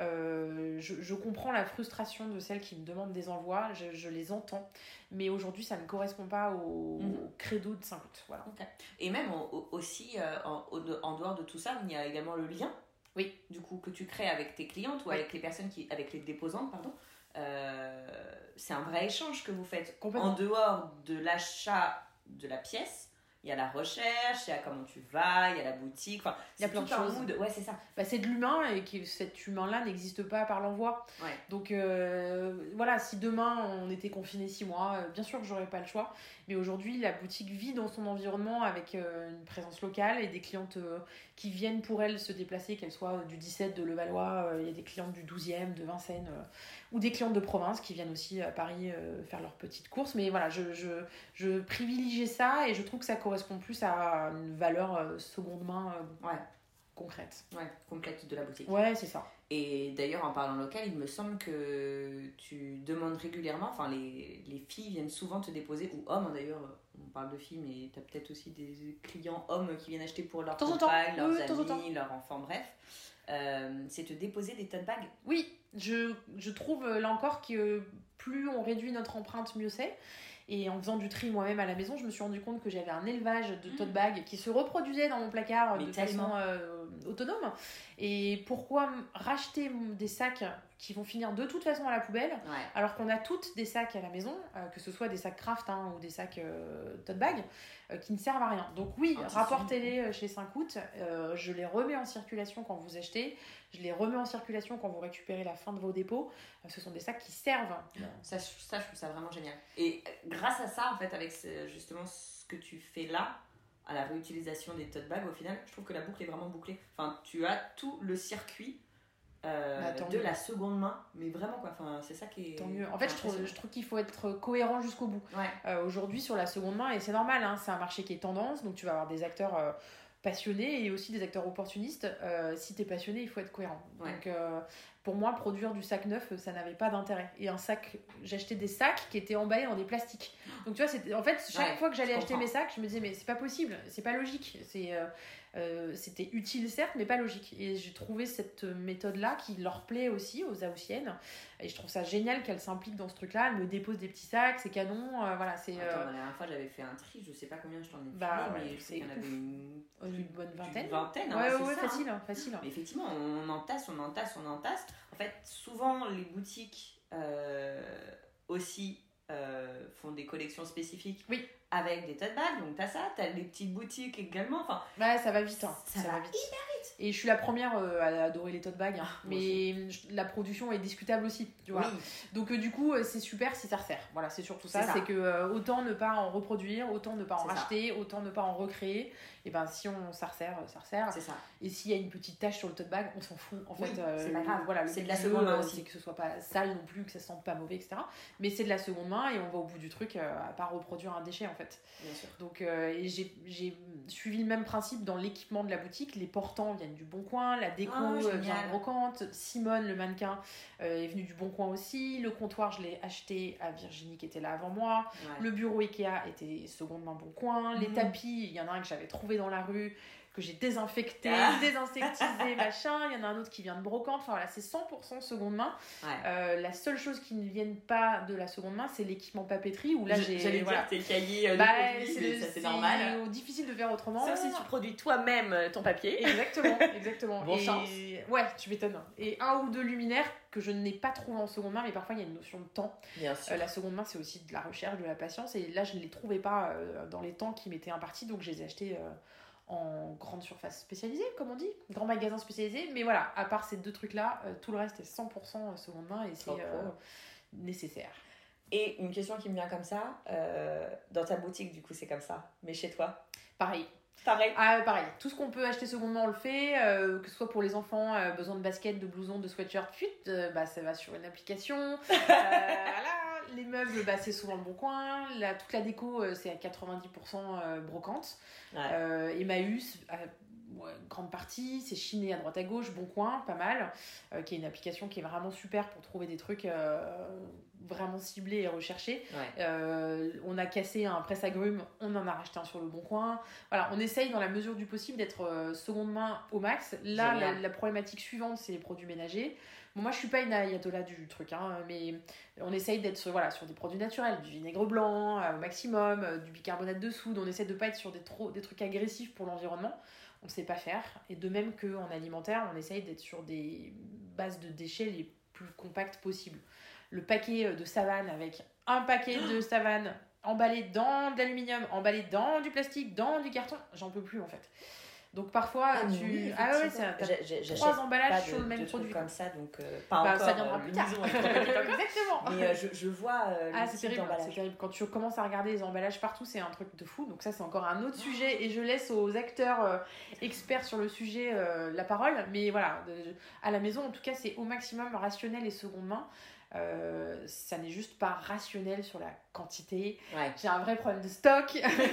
Euh, je, je comprends la frustration de celles qui me demandent des envois, je, je les entends, mais aujourd'hui ça ne correspond pas au, mmh. au credo de Saint-Cout. Voilà. Okay. Et même au, aussi, euh, en, en dehors de tout ça, il y a également le lien oui. du coup, que tu crées avec tes clientes ou oui. avec les personnes qui, avec les déposantes, pardon. Euh, c'est un vrai échange que vous faites. En dehors de l'achat de la pièce, il y a la recherche, il y a comment tu vas, il y a la boutique, enfin, il y a plein de choses. Mood. Ouais, c'est ça. Bah, c'est de l'humain et que cet humain-là n'existe pas par l'envoi. Ouais. Donc euh, voilà, si demain on était confiné six mois, euh, bien sûr que j'aurais pas le choix. Mais aujourd'hui, la boutique vit dans son environnement avec euh, une présence locale et des clientes euh, qui viennent pour elle se déplacer, qu'elles soient du dix-sept de Levallois, il euh, y a des clientes du douzième, de Vincennes, euh, ou des clientes de province qui viennent aussi à Paris euh, faire leurs petites courses. Mais voilà, je, je, je privilégiais ça et je trouve que ça correspond plus à une valeur euh, seconde main euh, ouais. concrète. Ouais, complète de la boutique. Ouais, c'est ça. Et d'ailleurs, en parlant local, il me semble que tu demandes régulièrement, enfin les, les filles viennent souvent te déposer, ou hommes d'ailleurs, on parle de filles, mais tu as peut-être aussi des clients hommes qui viennent acheter pour leurs compagnes, leurs oui, amis, leurs enfants, bref. Euh, c'est te déposer des tote bags. Oui, je, je trouve là encore que plus on réduit notre empreinte, mieux c'est. Et en faisant du tri moi-même à la maison, je me suis rendu compte que j'avais un élevage de tote bags qui se reproduisait dans mon placard mais de tellement. façon euh, autonome. Et pourquoi racheter des sacs qui vont finir de toute façon à la poubelle, ouais. alors qu'on a toutes des sacs à la maison, euh, que ce soit des sacs craft hein, ou des sacs euh, tote bag, euh, qui ne servent à rien. Donc oui, ah, rapportez-les chez Saint-Cout, euh, je les remets en circulation quand vous achetez, je les remets en circulation quand vous récupérez la fin de vos dépôts. Euh, ce sont des sacs qui servent. Ça, ça, je trouve ça vraiment génial. Et grâce à ça, en fait, avec ce, justement ce que tu fais là, à la réutilisation des tote bags, au final, je trouve que la boucle est vraiment bouclée. Enfin, tu as tout le circuit euh, bah, de mieux. La seconde main, mais vraiment quoi. Enfin, c'est ça qui est. Tant mieux. En fait, je trouve, je trouve qu'il faut être cohérent jusqu'au bout. Ouais. Euh, aujourd'hui, sur la seconde main, et c'est normal, hein, c'est un marché qui est tendance, donc tu vas avoir des acteurs euh, passionnés et aussi des acteurs opportunistes. Euh, si t'es passionné, il faut être cohérent. Ouais. Donc, euh, pour moi, produire du sac neuf, ça n'avait pas d'intérêt. Et un sac, j'achetais des sacs qui étaient emballés dans des plastiques. Donc tu vois, c'était, en fait, chaque ouais, fois que j'allais acheter comprends. mes sacs, je me disais mais c'est pas possible, c'est pas logique. C'est euh, euh, c'était utile certes, mais pas logique. Et j'ai trouvé cette méthode-là qui leur plaît aussi aux Haussiennes. Et je trouve ça génial qu'elles s'impliquent dans ce truc-là. Elles me déposent des petits sacs, c'est canon. Euh, voilà, c'est. Attends, euh... la dernière fois, j'avais fait un tri, je sais pas combien je t'en ai filé, bah, mais ouais, je sais qu'il y en avait une, une bonne vingtaine. Une vingtaine, ouais, hein, ouais, c'est ouais, ça, facile, hein. facile. Mais effectivement, on entasse, on entasse, on entasse. En fait, souvent, les boutiques euh, aussi euh, font des collections spécifiques. Oui. Avec des tote bags, donc t'as ça, t'as les petites boutiques également. Enfin, ouais, ça va vite. Hein. Ça, ça va, va vite. hyper Et je suis la première euh, à adorer les tote bags, hein. Moi Mais je- la production est discutable aussi, tu vois. Oui. Donc euh, du coup, euh, c'est super si ça resserre. Voilà, c'est surtout ça. C'est ça. C'est que euh, autant ne pas en reproduire, autant ne pas en C'est ça. racheter, autant ne pas en recréer. Et ben si on ça resserre, ça resserre. C'est ça. Et s'il y a une petite tache sur le tote bag, on s'en fout. En Oui, fait, euh, c'est pas grave. Voilà, le C'est de but la du seconde jeu, main euh, aussi. c'est que ce soit pas sale non plus, que ça sente pas mauvais, et cetera. Mais c'est de la seconde main et on va au bout du truc euh, à pas reproduire un déchet en fait. Bien sûr. Donc euh, et j'ai, j'ai suivi le même principe dans l'équipement de la boutique. Les portants viennent du Bon Coin, la déco Ah, euh, génial. vient de Brocante, Simone le mannequin euh, est venu du Bon Coin aussi, le comptoir je l'ai acheté à Virginie qui était là avant moi, Ouais. le bureau Ikea était seconde main Bon Coin, les Mhm. tapis, il y en a un que j'avais trouvé dans la rue que j'ai désinfecté, Ah. désinsectisé, machin, il y en a un autre qui vient de Brocante, enfin voilà, c'est cent pour cent seconde main. Ouais. Euh, la seule chose qui ne vienne pas de la seconde main, c'est l'équipement papeterie où là Je- j'ai J'allais voilà. dire tes cahiers euh, de Bah, produits, c'est, mais le- ça c'est c'est normal. difficile de faire autrement. Sauf si tu produis toi-même euh, ton papier. Exactement, exactement. Bon Et- chance. Ouais, tu m'étonnes. Et un ou deux luminaires que je n'ai pas trouvé en seconde main, mais parfois il y a une notion de temps. Bien sûr. Euh, la seconde main, c'est aussi de la recherche, de la patience. Et là, je ne les trouvais pas euh, dans les temps qui m'étaient impartis, donc je les ai achetés euh, en grande surface spécialisée, comme on dit, grand magasin spécialisé. Mais voilà, à part ces deux trucs-là, euh, tout le reste est cent pour cent seconde main et c'est Trop euh, pro. nécessaire. Et une question qui me vient comme ça, euh, dans ta boutique du coup c'est comme ça, mais chez toi Pareil. Pareil. Ah, pareil, tout ce qu'on peut acheter secondement, on le fait, euh, que ce soit pour les enfants, euh, besoin de baskets, de blousons, de sweatshirts, fuite, euh, bah, ça va sur une application. Euh, voilà, les meubles, bah, c'est souvent le Bon Coin. La, toute la déco, euh, c'est à quatre-vingt-dix pour cent euh, Brocante. Ouais. Euh, Emmaüs, à ouais, grande partie, c'est chiné à droite à gauche, Bon Coin, pas mal, euh, qui est une application qui est vraiment super pour trouver des trucs euh, vraiment ciblés et recherchés. Ouais. Euh, on a cassé un presse-agrumes, on en a racheté un sur le Bon Coin. Voilà, on essaye dans la mesure du possible d'être euh, seconde main au max. Là, la, Génial. la problématique suivante, c'est les produits ménagers. Bon, moi, je suis pas une ayatollah du truc, hein, mais on essaye d'être sur, voilà, sur des produits naturels, du vinaigre blanc euh, au maximum, euh, du bicarbonate de soude. On essaie de pas être sur des, trop, des trucs agressifs pour l'environnement. On sait pas faire. Et de même qu'en alimentaire, on essaye d'être sur des bases de déchets les plus compactes possibles. Le paquet de Savane avec un paquet de Savane emballé dans de l'aluminium, emballé dans du plastique, dans du carton, j'en peux plus en fait. Donc parfois, Ah, mais tu. oui, ah ouais, effectivement. c'est J'ai- j'ai- j'achète trois pas emballages de- sur le même de trucs produit. comme ça, donc euh, pas Bah, encore. ça viendra euh, plus le tard. maison est trop petite encore. Exactement. Mais euh, je, je vois euh, Ah, le c'est type terrible, d'emballage. c'est terrible. Quand tu commences à regarder les emballages partout, c'est un truc de fou. Donc ça, c'est encore un autre sujet. Et je laisse aux acteurs euh, experts sur le sujet euh, la parole. Mais voilà, de- à la maison, en tout cas, c'est au maximum rationnel et seconde main. Euh, ça n'est juste pas rationnel sur la quantité. Ouais. J'ai un vrai problème de stock.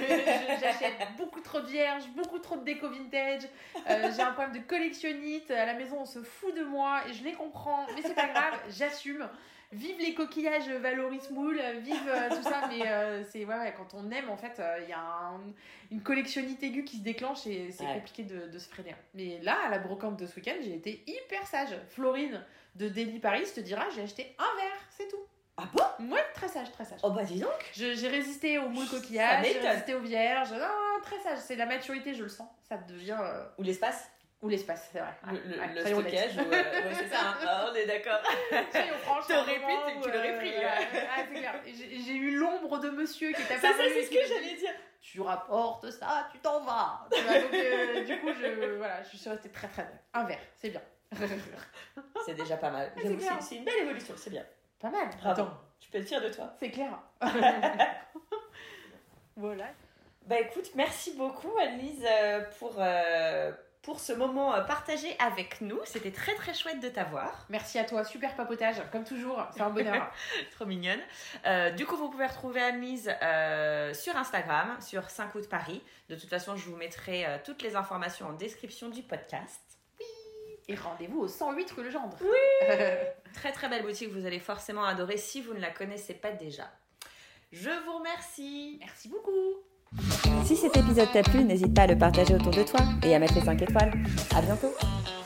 Je- J'achète beaucoup trop de vierges, beaucoup trop de déco vintage. Euh, j'ai un problème de collectionnite. À la maison, on se fout de moi et je les comprends. Mais c'est pas grave, j'assume. Vive les coquillages Valoris Moule, vive euh, tout ça. Mais euh, c'est ouais, ouais, quand on aime, en fait, il euh, y a un, une collectionnite aiguë qui se déclenche et c'est Ouais. compliqué de, de se freiner. Mais là, à la brocante de ce week-end, j'ai été hyper sage. Florine de Daily Paris te dira j'ai acheté un verre, c'est tout. Ah bon? Ouais, très sage, très sage. Oh bah dis donc. Je- j'ai résisté aux moules Ça coquillages, j'ai m'étonne. résisté aux vierges. Non, très sage. C'est la maturité, je le sens. Ça devient. euh, Ou l'espace, Ou l'espace, c'est vrai. le, Ouais, le, ouais, le soyons honnêtes. stockage, ou, euh, ouais, c'est ça, hein. Ah, on est d'accord. Soyons franches, T'aurais un pu, moment tu- où, tu l'aurais euh, pris, ouais, ouais. ouais, ah, c'est clair. Et J'ai j'ai eu l'ombre de monsieur qui est C'est apparu. ça, c'est et ce qui que m'a dit, j'allais dire. tu rapportes ça, tu t'en vas. Tu vois, donc, euh, du coup, je, voilà, je suis restée très très bien. Un verre, c'est bien. C'est déjà pas mal. c'est J'avoue, clair. C'est c'est une belle évolution, c'est bien. Pas mal. Bravo. Attends, Je peux être fière de toi. c'est clair. Voilà. Bah écoute, merci beaucoup Anne-Lise euh, pour, euh, pour ce moment euh, partagé avec nous. C'était très très chouette de t'avoir. Merci à toi, super papotage, comme toujours, c'est un bonheur. Trop mignonne. Euh, du coup, vous pouvez retrouver Anne-Lise euh, sur Instagram, sur cinq août Paris. De toute façon, je vous mettrai euh, toutes les informations en description du podcast. Et rendez-vous au cent huit rue Legendre. Oui. Très très belle boutique, vous allez forcément adorer si vous ne la connaissez pas déjà. Je vous remercie. Merci beaucoup. Si cet épisode t'a plu, n'hésite pas à le partager autour de toi et à mettre les cinq étoiles. À bientôt!